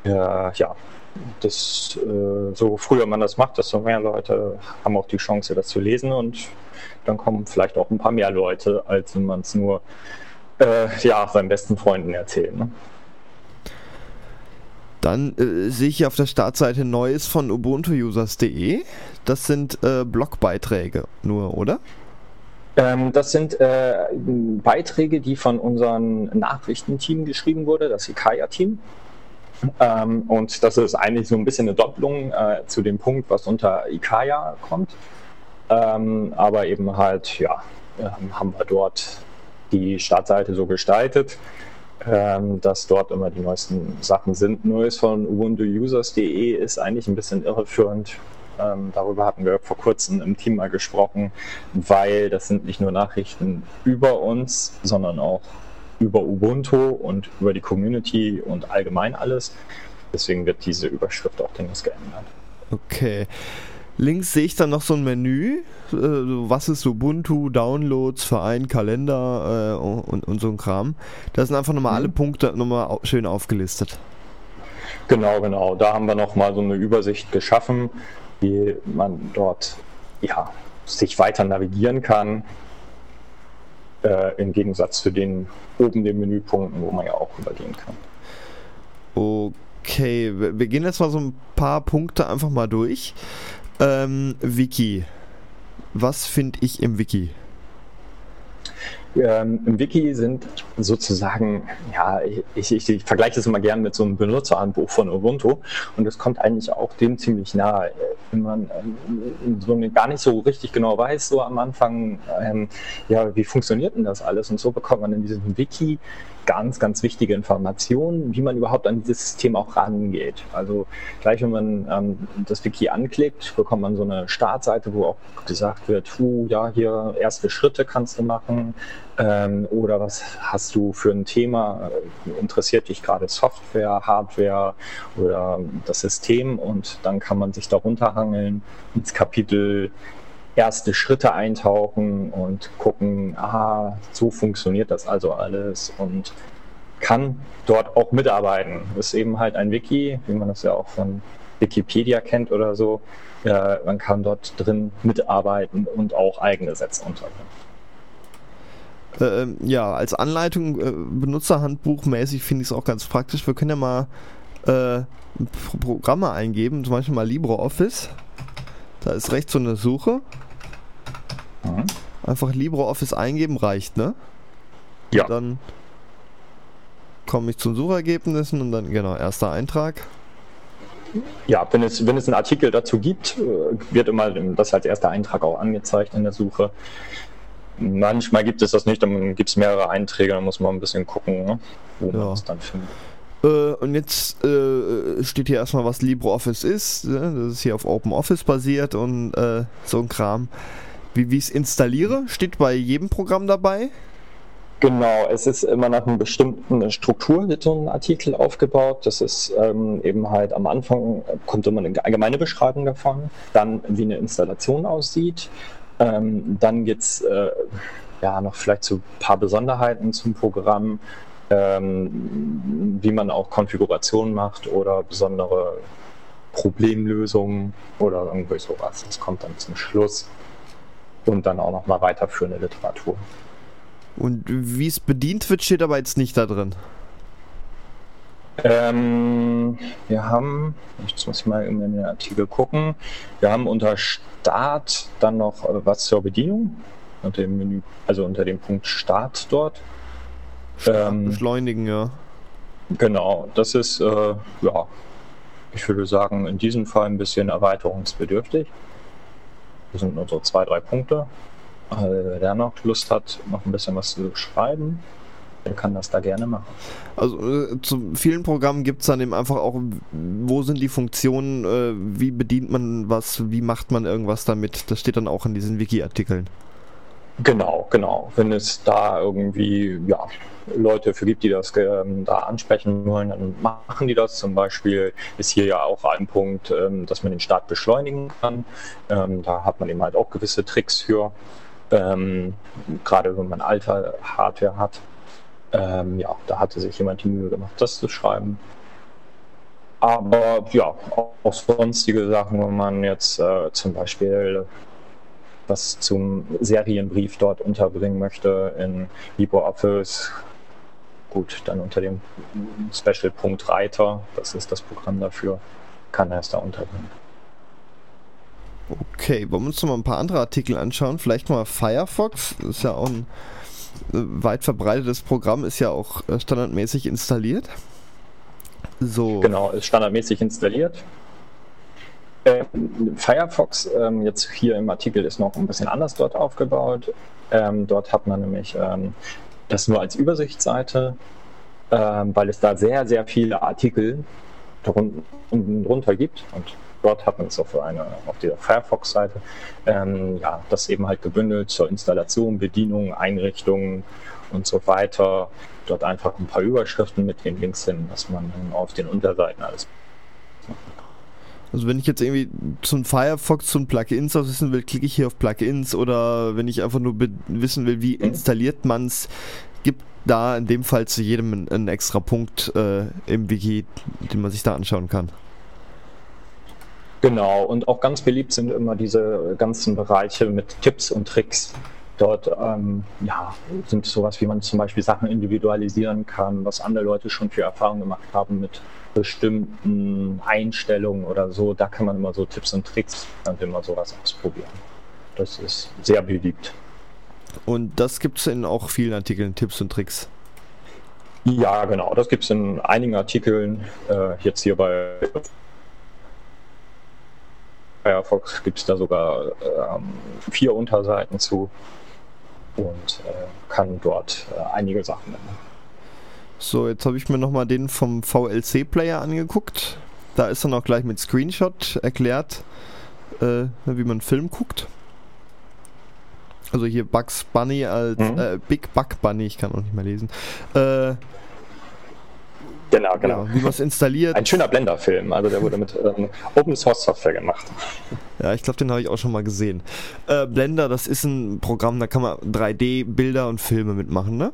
so früher man das macht, desto mehr Leute haben auch die Chance, das zu lesen, und dann kommen vielleicht auch ein paar mehr Leute, als wenn man es nur seinen besten Freunden erzählt. Ne? Dann sehe ich hier auf der Startseite Neues von ubuntuusers.de. Das sind Blogbeiträge nur, oder? Das sind Beiträge, die von unserem Nachrichtenteam geschrieben wurde, das Ikaya-Team. Und das ist eigentlich so ein bisschen eine Doppelung zu dem Punkt, was unter Ikaya kommt. Aber eben halt, haben wir dort die Startseite so gestaltet, dass dort immer die neuesten Sachen sind. Neues von ubuntuusers.de ist eigentlich ein bisschen irreführend. Darüber hatten wir vor kurzem im Team mal gesprochen, weil das sind nicht nur Nachrichten über uns, sondern auch über Ubuntu und über die Community und allgemein alles. Deswegen wird diese Überschrift auch demnächst geändert. Okay. Links sehe ich dann noch so ein Menü. Was ist Ubuntu, Downloads, Verein, Kalender und so ein Kram. Da sind einfach nochmal alle Punkte nochmal schön aufgelistet. Genau. Da haben wir nochmal so eine Übersicht geschaffen, wie man dort sich weiter navigieren kann. Im Gegensatz zu den Menüpunkten, wo man ja auch übergehen kann. Okay, wir gehen jetzt mal so ein paar Punkte einfach mal durch. Wiki. Was finde ich im Wiki? Im Wiki sind sozusagen, ich vergleiche das immer gern mit so einem Benutzerhandbuch von Ubuntu und das kommt eigentlich auch dem ziemlich nahe. Wenn man gar nicht so richtig genau weiß, so am Anfang, wie funktioniert denn das alles? Und so bekommt man in diesem Wiki ganz, ganz wichtige Informationen, wie man überhaupt an dieses System auch rangeht. Also gleich, wenn man das Wiki anklickt, bekommt man so eine Startseite, wo auch gesagt wird, hier erste Schritte kannst du machen, oder was hast du für ein Thema, interessiert dich gerade Software, Hardware oder das System, und dann kann man sich da runterhangeln ins Kapitel erste Schritte eintauchen und gucken, so funktioniert das also alles, und kann dort auch mitarbeiten. Das ist eben halt ein Wiki, wie man das ja auch von Wikipedia kennt oder so. Man kann dort drin mitarbeiten und auch eigene Sätze unterbringen. Als Anleitung, Benutzerhandbuchmäßig finde ich es auch ganz praktisch. Wir können ja mal Programme eingeben, zum Beispiel mal LibreOffice. Da ist rechts so eine Suche. Einfach LibreOffice eingeben, reicht, ne? Ja. Und dann komme ich zu den Suchergebnissen und dann, erster Eintrag. Ja, wenn es einen Artikel dazu gibt, wird immer das als erster Eintrag auch angezeigt in der Suche. Manchmal gibt es das nicht, dann gibt es mehrere Einträge, dann muss man ein bisschen gucken, ne, wo man es dann findet. Und jetzt steht hier erstmal, was LibreOffice ist. Das ist hier auf OpenOffice basiert und so ein Kram. Wie ich es installiere, steht bei jedem Programm dabei. Genau, es ist immer nach einer bestimmten Struktur wird so ein Artikel aufgebaut. Das ist eben halt am Anfang kommt immer eine allgemeine Beschreibung davon, dann wie eine Installation aussieht. Dann gibt es noch vielleicht so ein paar Besonderheiten zum Programm, wie man auch Konfigurationen macht oder besondere Problemlösungen oder irgendwie sowas. Das kommt dann zum Schluss und dann auch nochmal weiterführende Literatur. Und wie es bedient wird, steht aber jetzt nicht da drin. Wir haben, jetzt muss ich mal in den Artikel gucken, wir haben unter Start dann noch was zur Bedienung, unter dem Menü, also unter dem Punkt Start dort. Beschleunigen, ja. Genau, das ist, ich würde sagen, in diesem Fall ein bisschen erweiterungsbedürftig. Das sind nur so 2-3 Punkte. Wer da noch Lust hat, noch ein bisschen was zu schreiben, der kann das da gerne machen. Also zu vielen Programmen gibt es dann eben einfach auch, wo sind die Funktionen, wie bedient man was, wie macht man irgendwas damit. Das steht dann auch in diesen Wiki-Artikeln. Genau. Wenn es da irgendwie Leute für gibt, die das da ansprechen wollen, dann machen die das. Zum Beispiel ist hier ja auch ein Punkt, dass man den Start beschleunigen kann. Da hat man eben halt auch gewisse Tricks für, gerade wenn man alte Hardware hat. Da hatte sich jemand die Mühe gemacht, das zu schreiben. Aber auch sonstige Sachen, wenn man jetzt zum Beispiel was zum Serienbrief dort unterbringen möchte in LibreOffice, gut, dann unter dem Special-Punkt Reiter, das ist das Programm dafür, kann er es da unterbringen. Okay, wollen wir uns noch mal ein paar andere Artikel anschauen? Vielleicht mal Firefox, das ist ja auch ein weit verbreitetes Programm, ist ja auch standardmäßig installiert. So. Genau, ist standardmäßig installiert. Firefox, jetzt hier im Artikel ist noch ein bisschen anders dort aufgebaut. Dort hat man nämlich das nur als Übersichtsseite, weil es da sehr, sehr viele Artikel drunter gibt. Und dort hat man es auf dieser Firefox-Seite, das eben halt gebündelt zur Installation, Bedienung, Einrichtungen und so weiter. Dort einfach ein paar Überschriften mit den Links hin, dass man dann auf den Unterseiten alles machen kann. Also wenn ich jetzt irgendwie zum Firefox, zum Plugins wissen will, klicke ich hier auf Plugins, oder wenn ich einfach nur wissen will, wie installiert man es, gibt da in dem Fall zu jedem einen extra Punkt im Wiki, den man sich da anschauen kann. Genau, und auch ganz beliebt sind immer diese ganzen Bereiche mit Tipps und Tricks. Dort sind sowas, wie man zum Beispiel Sachen individualisieren kann, was andere Leute schon für Erfahrungen gemacht haben mit bestimmten Einstellungen oder so. Da kann man immer so Tipps und Tricks und immer sowas ausprobieren. Das ist sehr beliebt. Und das gibt es in auch vielen Artikeln, Tipps und Tricks? Ja, genau. Das gibt es in einigen Artikeln. Jetzt hier bei Firefox gibt es da sogar 4 Unterseiten zu und kann dort einige Sachen nennen. So, jetzt habe ich mir nochmal den vom VLC-Player angeguckt. Da ist dann auch gleich mit Screenshot erklärt, wie man einen Film guckt. Also hier Bugs Bunny als Big Bug Bunny, ich kann auch nicht mehr lesen. Genau. Ja, wie man es installiert. Ein schöner Blender-Film, also der wurde mit Open Source Software gemacht. Ja, ich glaube, den habe ich auch schon mal gesehen. Blender, das ist ein Programm, da kann man 3D-Bilder und Filme mitmachen, ne?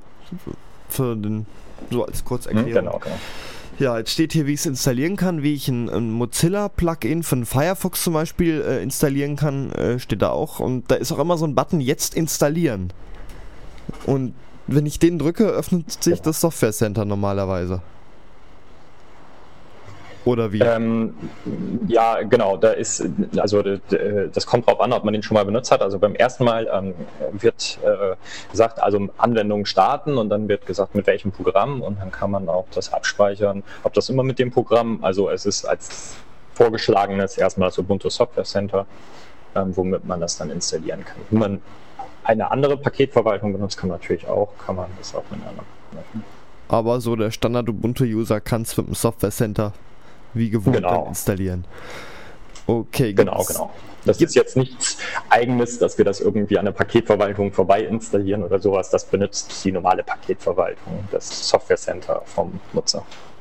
So als Kurzerklärung. Genau. Ja, jetzt steht hier, wie ich es installieren kann, wie ich ein Mozilla-Plugin von Firefox zum Beispiel installieren kann, steht da auch. Und da ist auch immer so ein Button, jetzt installieren. Und wenn ich den drücke, öffnet sich das Software Center normalerweise. Oder wie? Ja, genau. Das kommt drauf an, ob man den schon mal benutzt hat. Also beim ersten Mal wird gesagt, also Anwendung starten, und dann wird gesagt, mit welchem Programm, und dann kann man auch das abspeichern. Ob das immer mit dem Programm, also es ist als vorgeschlagenes erstmal das Ubuntu Software Center, womit man das dann installieren kann. Wenn man eine andere Paketverwaltung benutzt, kann man das auch mit einer machen. Aber so der Standard-Ubuntu-User kann es mit dem Software Center wie gewohnt dann installieren. Okay, genau. Das ist jetzt nichts Eigenes, dass wir das irgendwie an der Paketverwaltung vorbei installieren oder sowas. Das benutzt die normale Paketverwaltung, das Software Center vom Nutzer.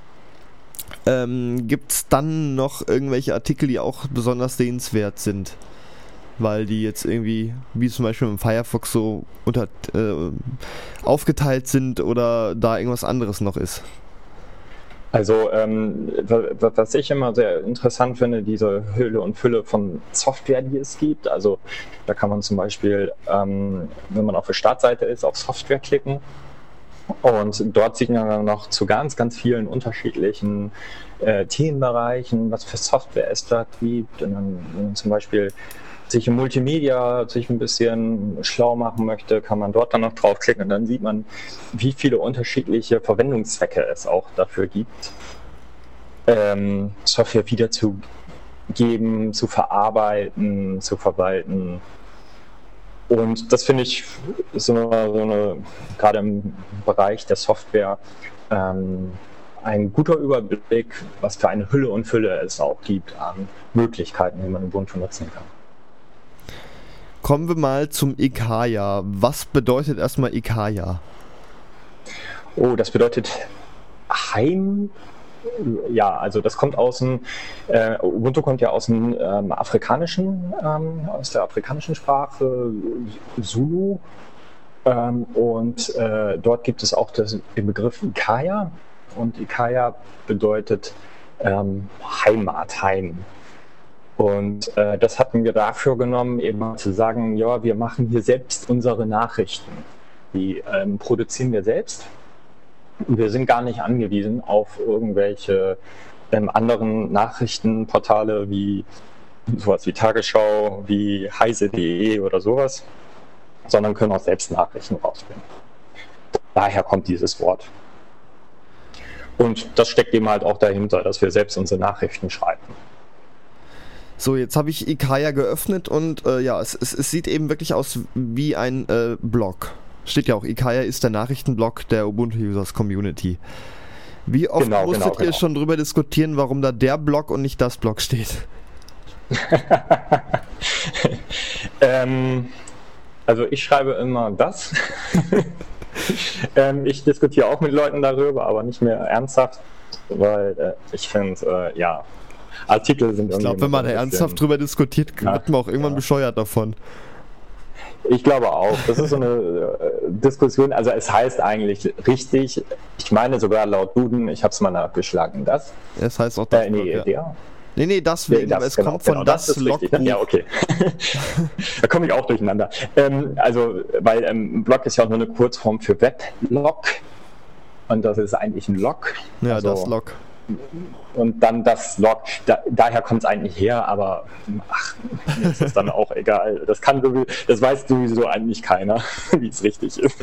Gibt es dann noch irgendwelche Artikel, die auch besonders sehenswert sind? Weil die jetzt irgendwie, wie zum Beispiel im Firefox, so aufgeteilt sind oder da irgendwas anderes noch ist? Also was ich immer sehr interessant finde, diese Hülle und Fülle von Software, die es gibt. Also da kann man zum Beispiel, wenn man auf der Startseite ist, auf Software klicken, und dort sieht man dann noch zu ganz, ganz vielen unterschiedlichen Themenbereichen, was für Software es dort gibt. Und dann, wenn man zum Beispiel sich im Multimedia sich ein bisschen schlau machen möchte, kann man dort dann noch draufklicken, und dann sieht man, wie viele unterschiedliche Verwendungszwecke es auch dafür gibt, Software wiederzugeben, zu verarbeiten, zu verwalten. Und das finde ich gerade im Bereich der Software ein guter Überblick, was für eine Hülle und Fülle es auch gibt an Möglichkeiten, die man Ubuntu nutzen kann. Kommen wir mal zum Ikaya. Was bedeutet erstmal Ikaya? Oh, das bedeutet Heim. Ja, also das kommt Ubuntu kommt ja aus dem aus der afrikanischen Sprache Zulu, und dort gibt es auch den Begriff Ikaya, und Ikaya bedeutet Heimat, Heim. Und das hatten wir dafür genommen, eben zu sagen, ja, wir machen hier selbst unsere Nachrichten. Die produzieren wir selbst. Wir sind gar nicht angewiesen auf irgendwelche anderen Nachrichtenportale wie sowas wie Tagesschau, wie heise.de oder sowas, sondern können auch selbst Nachrichten rausbringen. Daher kommt dieses Wort. Und das steckt eben halt auch dahinter, dass wir selbst unsere Nachrichten schreiben. So, jetzt habe ich Ikaya geöffnet und ja, es sieht eben wirklich aus wie ein Blog. Steht ja auch, Ikaya ist der Nachrichtenblog der Ubuntu Users Community. Wie oft musstet ihr schon drüber diskutieren, warum da der Blog und nicht das Blog steht? Also ich schreibe immer das. Ich diskutiere auch mit Leuten darüber, aber nicht mehr ernsthaft, weil ich finde, ja, Artikel sind irgendwie... Ich glaube, wenn man da ernsthaft drüber diskutiert, wird man auch irgendwann bescheuert davon. Ich glaube auch. Das ist so eine Diskussion, also es heißt eigentlich richtig, ich meine sogar laut Duden, ich habe es mal nachgeschlagen, das. Es heißt auch das. Nee, das wegen, es kommt von das Logbuch. Ne? Ja, okay. Da komme ich auch durcheinander. Also, weil Blog ist ja auch nur eine Kurzform für Weblog und das ist eigentlich ein Log. Ja, also, das Log. Und dann das Log, daher kommt es eigentlich her, aber mir ist es dann auch egal. Das weiß sowieso eigentlich keiner, wie es richtig ist.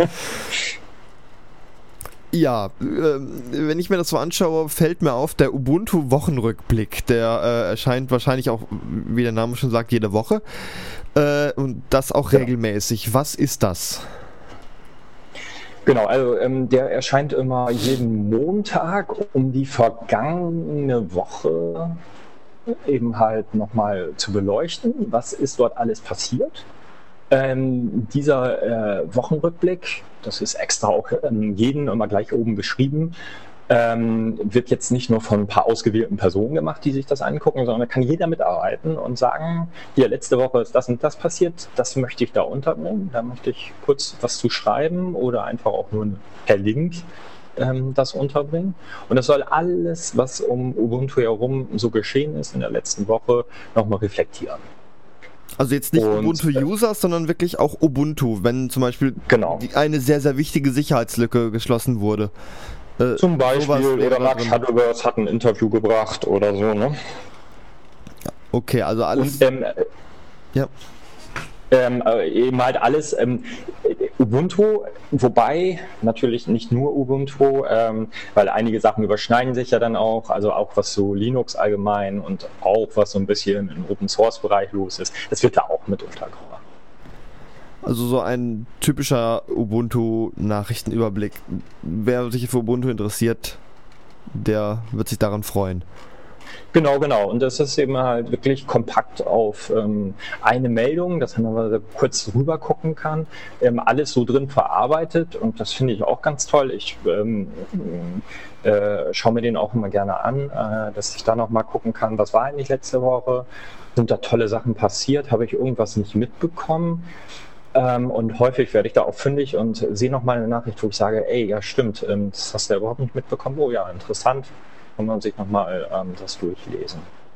Ja, wenn ich mir das so anschaue, fällt mir auf, der Ubuntu-Wochenrückblick, der erscheint wahrscheinlich auch, wie der Name schon sagt, jede Woche und das auch regelmäßig. Was ist das? Genau, also der erscheint immer jeden Montag, um die vergangene Woche eben halt nochmal zu beleuchten. Was ist dort alles passiert? Dieser Wochenrückblick, das ist extra auch jeden immer gleich oben beschrieben, wird jetzt nicht nur von ein paar ausgewählten Personen gemacht, die sich das angucken, sondern da kann jeder mitarbeiten und sagen, hier, letzte Woche ist das und das passiert, das möchte ich da unterbringen, da möchte ich kurz was zu schreiben oder einfach auch nur per Link das unterbringen. Und das soll alles, was um Ubuntu herum so geschehen ist in der letzten Woche, nochmal reflektieren. Also jetzt nicht Ubuntu-Users, sondern wirklich auch Ubuntu, wenn zum Beispiel eine sehr, sehr wichtige Sicherheitslücke geschlossen wurde. Zum Beispiel, oder Max Shadowverse hat ein Interview gebracht oder so, ne? Okay, also alles... Und, ja. Eben halt alles Ubuntu, wobei natürlich nicht nur Ubuntu, weil einige Sachen überschneiden sich ja dann auch, also auch was so Linux allgemein und auch was so ein bisschen im Open-Source-Bereich los ist, das wird da auch mit untergebracht. Also so ein typischer Ubuntu-Nachrichtenüberblick. Wer sich für Ubuntu interessiert, der wird sich daran freuen. Genau. Und das ist eben halt wirklich kompakt auf eine Meldung, dass man aber kurz rüber gucken kann. Alles so drin verarbeitet und das finde ich auch ganz toll. Ich schaue mir den auch immer gerne an, dass ich da nochmal gucken kann, was war eigentlich letzte Woche? Sind da tolle Sachen passiert? Habe ich irgendwas nicht mitbekommen? Und häufig werde ich da auch fündig und sehe nochmal eine Nachricht, wo ich sage, ey, ja stimmt, das hast du ja überhaupt nicht mitbekommen. Oh ja, interessant. Kann man sich nochmal das durchlesen.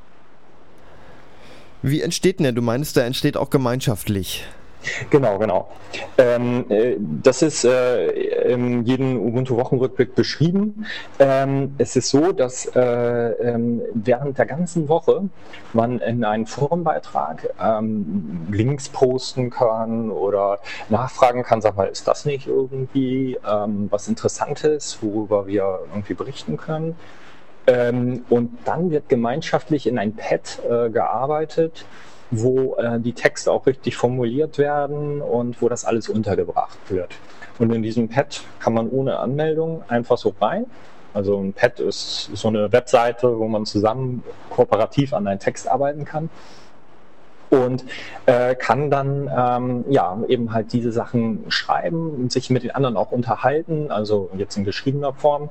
Wie entsteht denn der? Du meinst, der entsteht auch gemeinschaftlich. Genau. Das ist in jedem Ubuntu-Wochenrückblick beschrieben. Es ist so, dass während der ganzen Woche man in einen Forenbeitrag Links posten kann oder nachfragen kann, sag mal, ist das nicht irgendwie was Interessantes, worüber wir irgendwie berichten können? Und dann wird gemeinschaftlich in ein Pad gearbeitet, wo die Texte auch richtig formuliert werden und wo das alles untergebracht wird. Und in diesem Pad kann man ohne Anmeldung einfach so rein. Also ein Pad ist so eine Webseite, wo man zusammen kooperativ an einem Text arbeiten kann. Und kann dann eben halt diese Sachen schreiben und sich mit den anderen auch unterhalten, also jetzt in geschriebener Form.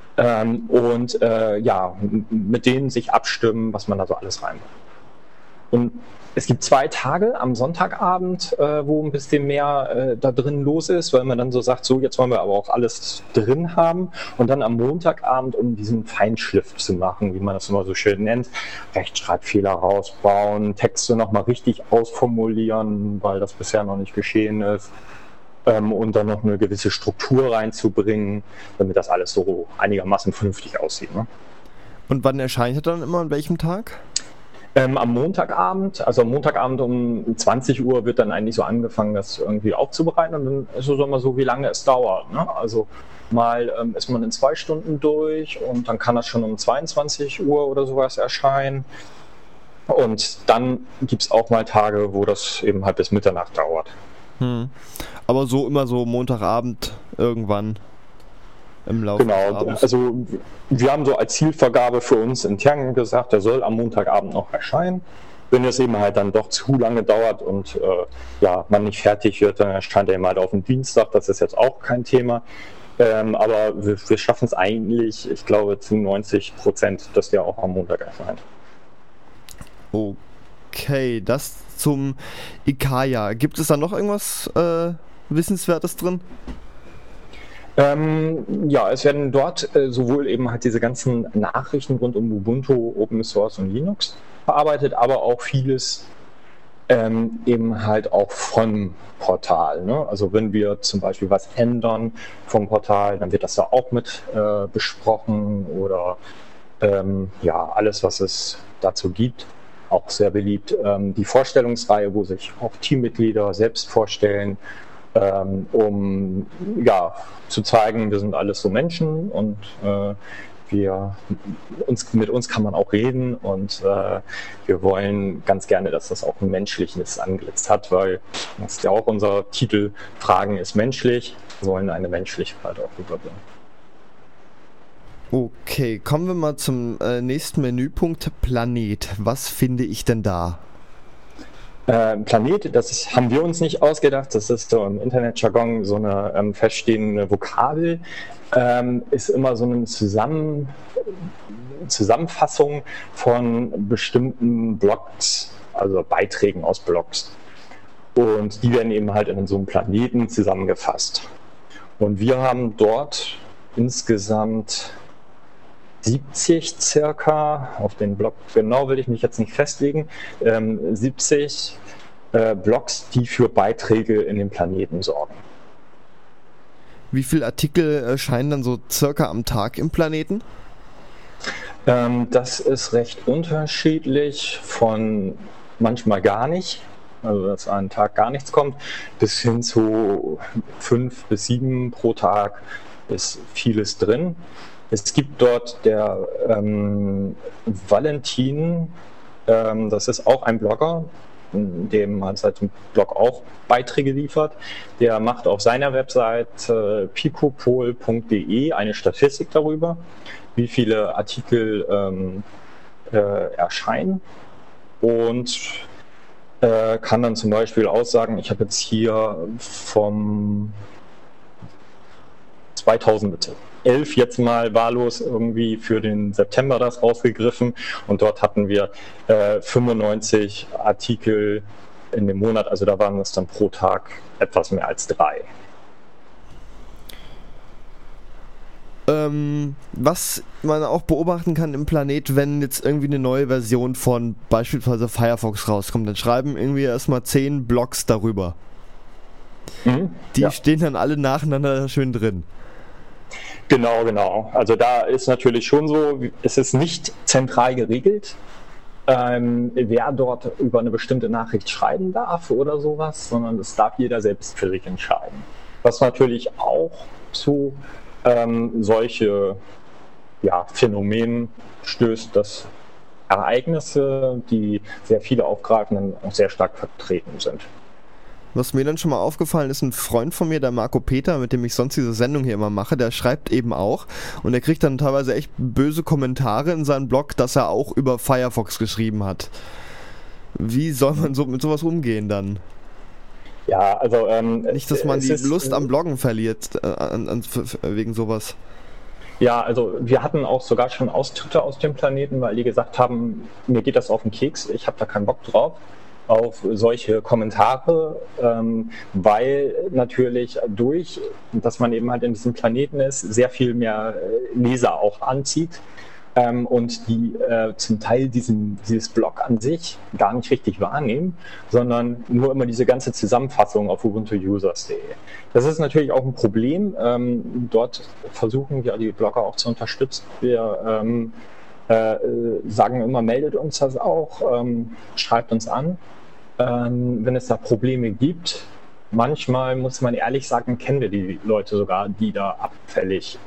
Mit denen sich abstimmen, was man da so alles reinmacht. Und es gibt 2 Tage am Sonntagabend, wo ein bisschen mehr da drin los ist, weil man dann so sagt, so jetzt wollen wir aber auch alles drin haben. Und dann am Montagabend, um diesen Feinschliff zu machen, wie man das immer so schön nennt, Rechtschreibfehler rausbauen, Texte nochmal richtig ausformulieren, weil das bisher noch nicht geschehen ist. Und dann noch eine gewisse Struktur reinzubringen, damit das alles so einigermaßen vernünftig aussieht. Ne? Und wann erscheint er dann immer, an welchem Tag? Am Montagabend, also am Montagabend um 20 Uhr wird dann eigentlich so angefangen, das irgendwie aufzubereiten und dann ist es immer so, wie lange es dauert. Ne? Also mal ist man in 2 Stunden durch und dann kann das schon um 22 Uhr oder sowas erscheinen. Und dann gibt es auch mal Tage, wo das eben halt bis Mitternacht dauert. Aber so immer so Montagabend irgendwann im Laufe des Abends. Also wir haben so als Zielvergabe für uns intern gesagt, der soll am Montagabend noch erscheinen. Wenn es eben halt dann doch zu lange dauert und man nicht fertig wird, dann erscheint er eben halt auf den Dienstag. Das ist jetzt auch kein Thema. Aber wir schaffen es eigentlich, ich glaube, zu 90%, dass der auch am Montag erscheint. Okay, das zum Ikaya. Gibt es da noch irgendwas Wissenswertes drin? Es werden dort sowohl eben halt diese ganzen Nachrichten rund um Ubuntu, Open Source und Linux verarbeitet, aber auch vieles eben halt auch vom Portal. Ne? Also wenn wir zum Beispiel was ändern vom Portal, dann wird das da auch mit besprochen oder alles, was es dazu gibt. Auch sehr beliebt. Die Vorstellungsreihe, wo sich auch Teammitglieder selbst vorstellen, um zu zeigen, wir sind alles so Menschen und mit uns kann man auch reden und wir wollen ganz gerne, dass das auch ein menschliches Antlitz hat, weil das ist ja auch unser Titel, Fragen ist menschlich, wir wollen eine Menschlichkeit auch rüberbringen. Okay, kommen wir mal zum nächsten Menüpunkt, Planet. Was finde ich denn da? Planet, haben wir uns nicht ausgedacht, das ist so im Internetjargon so eine feststehende Vokabel, ist immer so eine Zusammenfassung von bestimmten Blogs, also Beiträgen aus Blogs. Und die werden eben halt in so einem Planeten zusammengefasst. Und wir haben dort insgesamt 70 circa, auf den Blog genau will ich mich jetzt nicht festlegen, 70 Blogs, die für Beiträge in den Planeten sorgen. Wie viele Artikel erscheinen dann so circa am Tag im Planeten? Das ist recht unterschiedlich, von manchmal gar nicht, also dass an einem Tag gar nichts kommt, bis hin zu 5 bis 7 pro Tag ist vieles drin. Es gibt dort der Valentin, das ist auch ein Blogger, dem man seit dem Blog auch Beiträge liefert. Der macht auf seiner Website picopol.de eine Statistik darüber, wie viele Artikel erscheinen und kann dann zum Beispiel aussagen, ich habe jetzt hier vom 2011 jetzt mal wahllos irgendwie für den September das rausgegriffen und dort hatten wir 95 Artikel in dem Monat, also da waren es dann pro Tag etwas mehr als 3. Was man auch beobachten kann im Planet, wenn jetzt irgendwie eine neue Version von beispielsweise Firefox rauskommt, dann schreiben irgendwie erstmal 10 Blogs darüber. Die stehen dann alle nacheinander schön drin. Genau. Also da ist natürlich schon so, es ist nicht zentral geregelt, wer dort über eine bestimmte Nachricht schreiben darf oder sowas, sondern das darf jeder selbst für sich entscheiden. Was natürlich auch zu solche Phänomene stößt, dass Ereignisse, die sehr viele aufgreifen, dann auch sehr stark vertreten sind. Was mir dann schon mal aufgefallen ist, ein Freund von mir, der Marco Peter, mit dem ich sonst diese Sendung hier immer mache, der schreibt eben auch und er kriegt dann teilweise echt böse Kommentare in seinem Blog, dass er auch über Firefox geschrieben hat. Wie soll man so mit sowas umgehen dann? Ja, also nicht, dass man die Lust am Bloggen verliert wegen sowas. Ja, also wir hatten auch sogar schon Austritte aus dem Planeten, weil die gesagt haben, mir geht das auf den Keks, ich habe da keinen Bock drauf auf solche Kommentare, weil natürlich durch, dass man eben halt in diesem Planeten ist, sehr viel mehr Leser auch anzieht und die zum Teil dieses Blog an sich gar nicht richtig wahrnehmen, sondern nur immer diese ganze Zusammenfassung auf ubuntuusers.de. Das ist natürlich auch ein Problem. Dort versuchen wir die Blogger auch zu unterstützen. Wir sagen immer, meldet uns das auch, schreibt uns an. Wenn es da Probleme gibt, manchmal muss man ehrlich sagen, kennen wir die Leute sogar, die da abfällig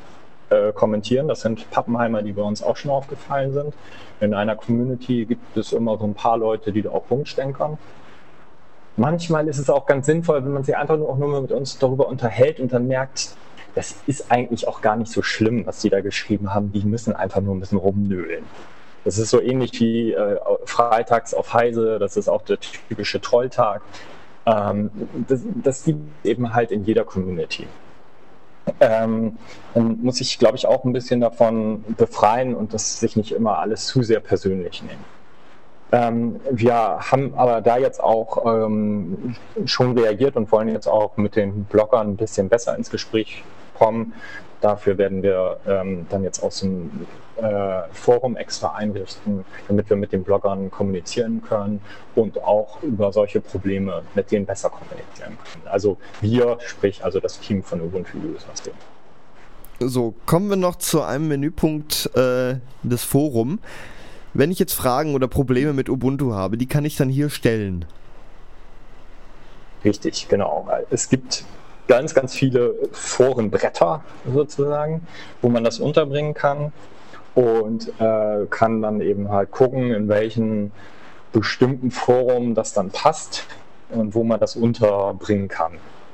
kommentieren. Das sind Pappenheimer, die bei uns auch schon aufgefallen sind. In einer Community gibt es immer so ein paar Leute, die da auch rumstenkern. Manchmal ist es auch ganz sinnvoll, wenn man sich einfach nur mit uns darüber unterhält und dann merkt, das ist eigentlich auch gar nicht so schlimm, was die da geschrieben haben. Die müssen einfach nur ein bisschen rumnölen. Das ist so ähnlich wie freitags auf Heise, das ist auch der typische Trolltag. Das gibt es eben halt in jeder Community. Dann muss ich, glaube ich, auch ein bisschen davon befreien und das sich nicht immer alles zu sehr persönlich nehmen. Wir haben aber da jetzt auch schon reagiert und wollen jetzt auch mit den Bloggern ein bisschen besser ins Gespräch kommen. Dafür werden wir dann jetzt auch so ein Forum extra einrichten, damit wir mit den Bloggern kommunizieren können und auch über solche Probleme mit denen besser kommunizieren können. Also wir, sprich also das Team von Ubuntu User. So, kommen wir noch zu einem Menüpunkt des Forums. Wenn ich jetzt Fragen oder Probleme mit Ubuntu habe, die kann ich dann hier stellen. Richtig, genau. Es gibt ganz, ganz viele Forenbretter sozusagen, wo man das unterbringen kann und kann dann eben halt gucken, in welchen bestimmten Forum das dann passt und wo man das unterbringen kann.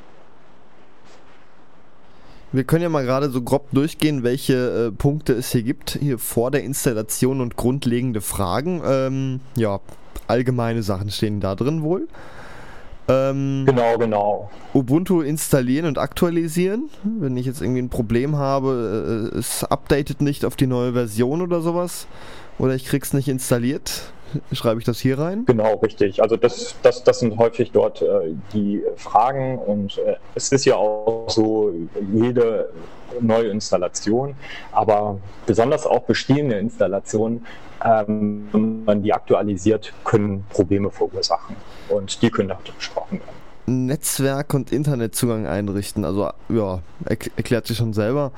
Wir können ja mal gerade so grob durchgehen, welche Punkte es hier gibt, hier vor der Installation und grundlegende Fragen. Allgemeine Sachen stehen da drin wohl. Genau. Ubuntu installieren und aktualisieren. Wenn ich jetzt irgendwie ein Problem habe, es updatet nicht auf die neue Version oder sowas, oder ich krieg's nicht installiert, schreibe ich das hier rein? Genau, richtig. Also das sind häufig dort die Fragen und es ist ja auch so, jede neue Installation, aber besonders auch bestehende Installationen, wenn man die aktualisiert, können Probleme verursachen und die können damit besprochen werden. Netzwerk und Internetzugang einrichten, also ja, erklärt sich schon selber.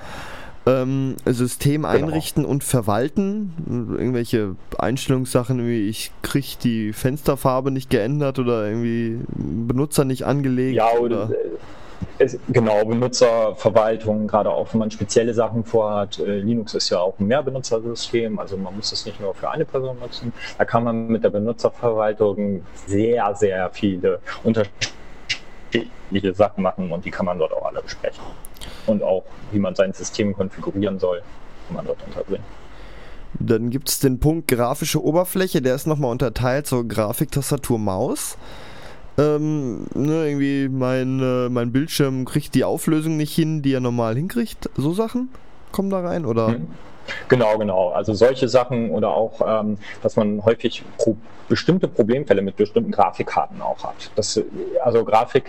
System einrichten und verwalten, irgendwelche Einstellungssachen wie ich kriege die Fensterfarbe nicht geändert oder irgendwie Benutzer nicht angelegt. Ja, oder genau, Benutzerverwaltung, gerade auch wenn man spezielle Sachen vorhat. Linux ist ja auch ein Mehrbenutzersystem, also man muss es nicht nur für eine Person nutzen. Da kann man mit der Benutzerverwaltung sehr, sehr viele unterschiedliche Sachen machen und die kann man dort auch alle besprechen. Und auch, wie man sein System konfigurieren soll, kann man dort unterbringen. Dann gibt es den Punkt grafische Oberfläche, der ist nochmal unterteilt, so Grafik, Tastatur, Maus. Irgendwie mein Bildschirm kriegt die Auflösung nicht hin, die er normal hinkriegt. So Sachen kommen da rein, oder? Genau. Also solche Sachen oder auch, dass man häufig bestimmte Problemfälle mit bestimmten Grafikkarten auch hat. Also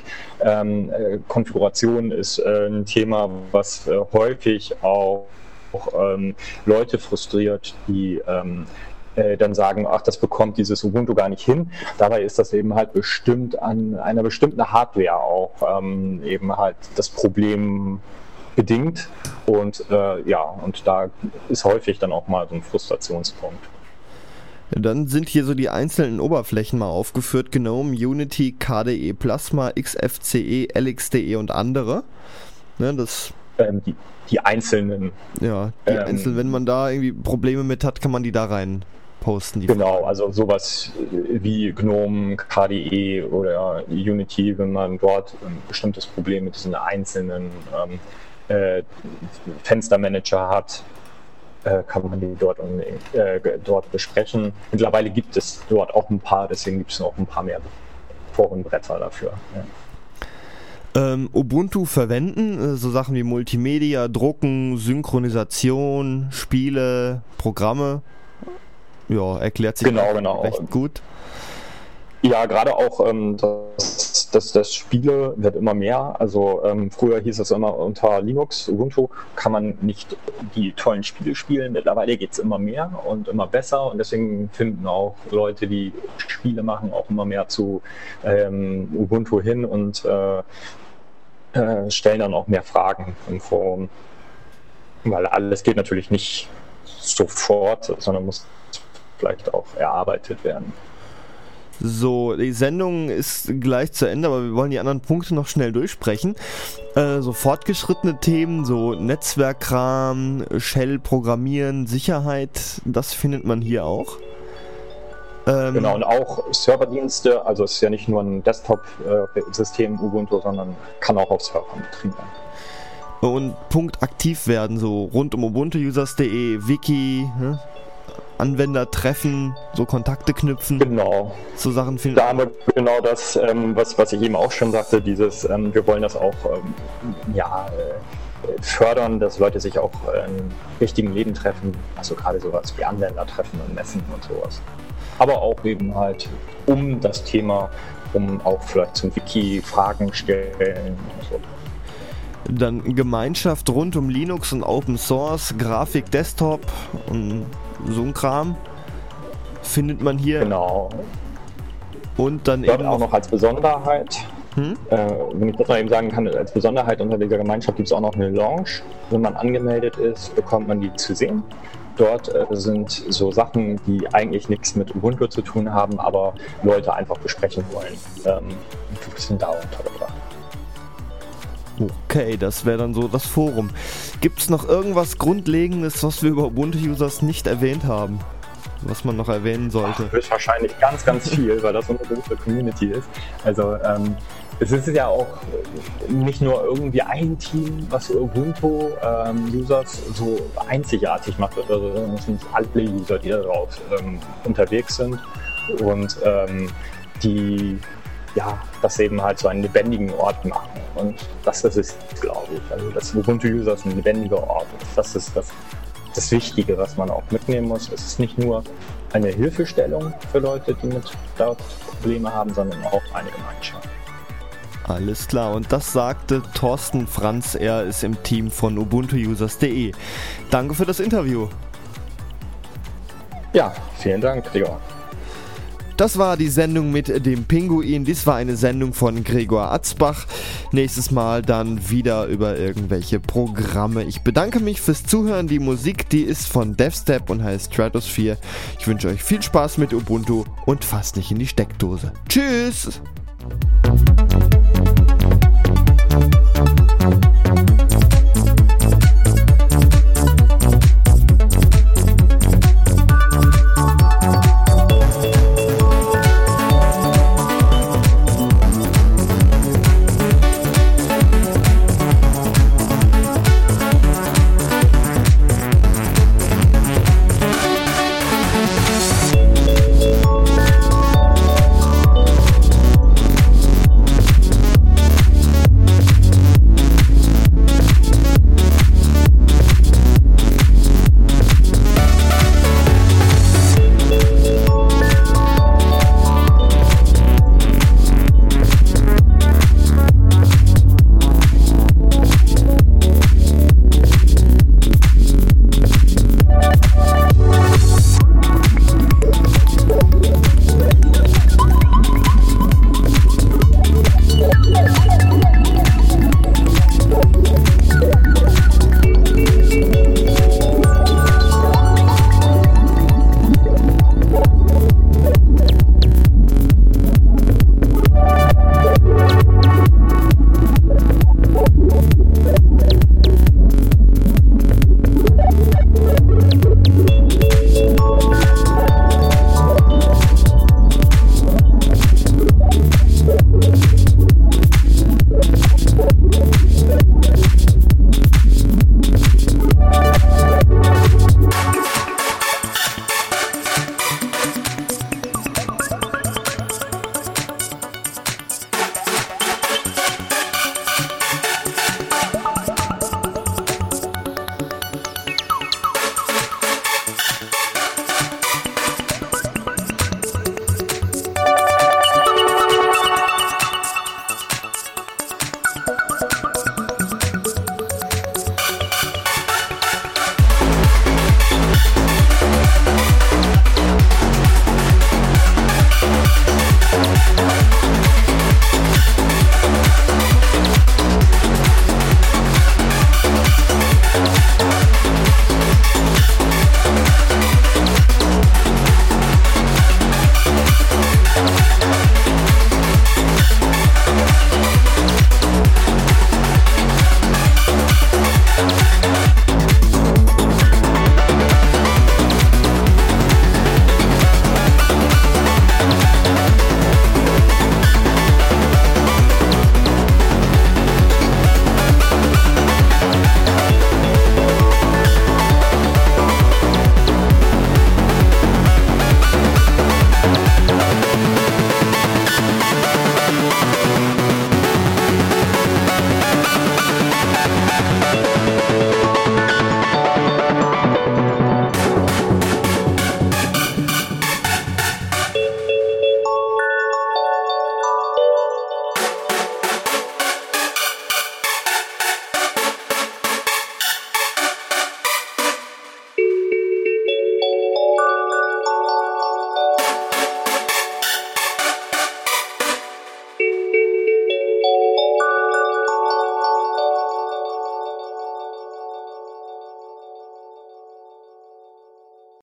Grafikkonfiguration ist ein Thema, was häufig auch Leute frustriert, die dann sagen, ach, das bekommt dieses Ubuntu gar nicht hin. Dabei ist das eben halt bestimmt an einer bestimmten Hardware auch eben halt das Problem bedingt und und da ist häufig dann auch mal so ein Frustrationspunkt. Dann sind hier so die einzelnen Oberflächen mal aufgeführt: GNOME, Unity, KDE Plasma, XFCE, LXDE und andere. Ne, die einzelnen. Ja, die einzelnen. Wenn man da irgendwie Probleme mit hat, kann man die da rein posten. Genau, also sowas wie GNOME, KDE oder Unity, wenn man dort ein bestimmtes Problem mit diesen einzelnen Fenstermanager hat, kann man die dort besprechen. Mittlerweile gibt es dort auch ein paar, deswegen gibt es noch ein paar mehr Forenbretter dafür. Ja. Ubuntu verwenden, so Sachen wie Multimedia, Drucken, Synchronisation, Spiele, Programme. Ja, erklärt sich genau. recht gut. Ja, gerade auch das Spiele wird immer mehr. Also früher hieß es immer, unter Linux, Ubuntu kann man nicht die tollen Spiele spielen. Mittlerweile geht es immer mehr und immer besser und deswegen finden auch Leute, die Spiele machen, auch immer mehr zu Ubuntu hin und stellen dann auch mehr Fragen im Forum. Weil alles geht natürlich nicht sofort, sondern muss vielleicht auch erarbeitet werden. So, die Sendung ist gleich zu Ende, aber wir wollen die anderen Punkte noch schnell durchsprechen. So fortgeschrittene Themen, so Netzwerkkram, Shell, Programmieren, Sicherheit, das findet man hier auch. Genau, und auch Serverdienste, also es ist ja nicht nur ein Desktop-System Ubuntu, sondern kann auch auf Servern betrieben werden. Und Punkt aktiv werden, so rund um ubuntu-users.de, Wiki, Anwender treffen, so Kontakte knüpfen. Genau. So Sachen finden. Da haben wir genau das, was ich eben auch schon sagte, dieses, wir wollen das auch fördern, dass Leute sich auch im richtigen Leben treffen, also gerade sowas wie Anwender treffen und messen und sowas. Aber auch eben halt um das Thema, um auch vielleicht zum Wiki Fragen stellen und so. Dann Gemeinschaft rund um Linux und Open Source, Grafik, Desktop und so ein Kram findet man hier. Genau. Und dann dort eben auch noch als Besonderheit, wenn ich das mal eben sagen kann, als Besonderheit unter dieser Gemeinschaft gibt es auch noch eine Lounge. Wenn man angemeldet ist, bekommt man die zu sehen. Dort sind so Sachen, die eigentlich nichts mit Ubuntu zu tun haben, aber Leute einfach besprechen wollen. Wir sind da untergebracht. Okay, das wäre dann so das Forum. Gibt es noch irgendwas Grundlegendes, was wir über Ubuntu-Users nicht erwähnt haben? Was man noch erwähnen sollte? Höchstwahrscheinlich ganz, ganz viel, weil das unsere große Community ist. Also es ist ja auch nicht nur irgendwie ein Team, was Ubuntu-Users so einzigartig macht, also es sind alle User, die darauf unterwegs sind und die das eben halt so einen lebendigen Ort machen. Und das ist es, glaube ich. Also das Ubuntu-User ist ein lebendiger Ort. Das ist das Wichtige, was man auch mitnehmen muss. Es ist nicht nur eine Hilfestellung für Leute, die mit dort Probleme haben, sondern auch eine Gemeinschaft. Alles klar, und das sagte Thorsten Franz, er ist im Team von ubuntu-users.de. Danke für das Interview. Ja, vielen Dank, Gregor. Das war die Sendung mit dem Pinguin. Dies war eine Sendung von Gregor Atzbach. Nächstes Mal dann wieder über irgendwelche Programme. Ich bedanke mich fürs Zuhören. Die Musik, die ist von DevStep und heißt Stratosphere. Ich wünsche euch viel Spaß mit Ubuntu und fasst nicht in die Steckdose. Tschüss!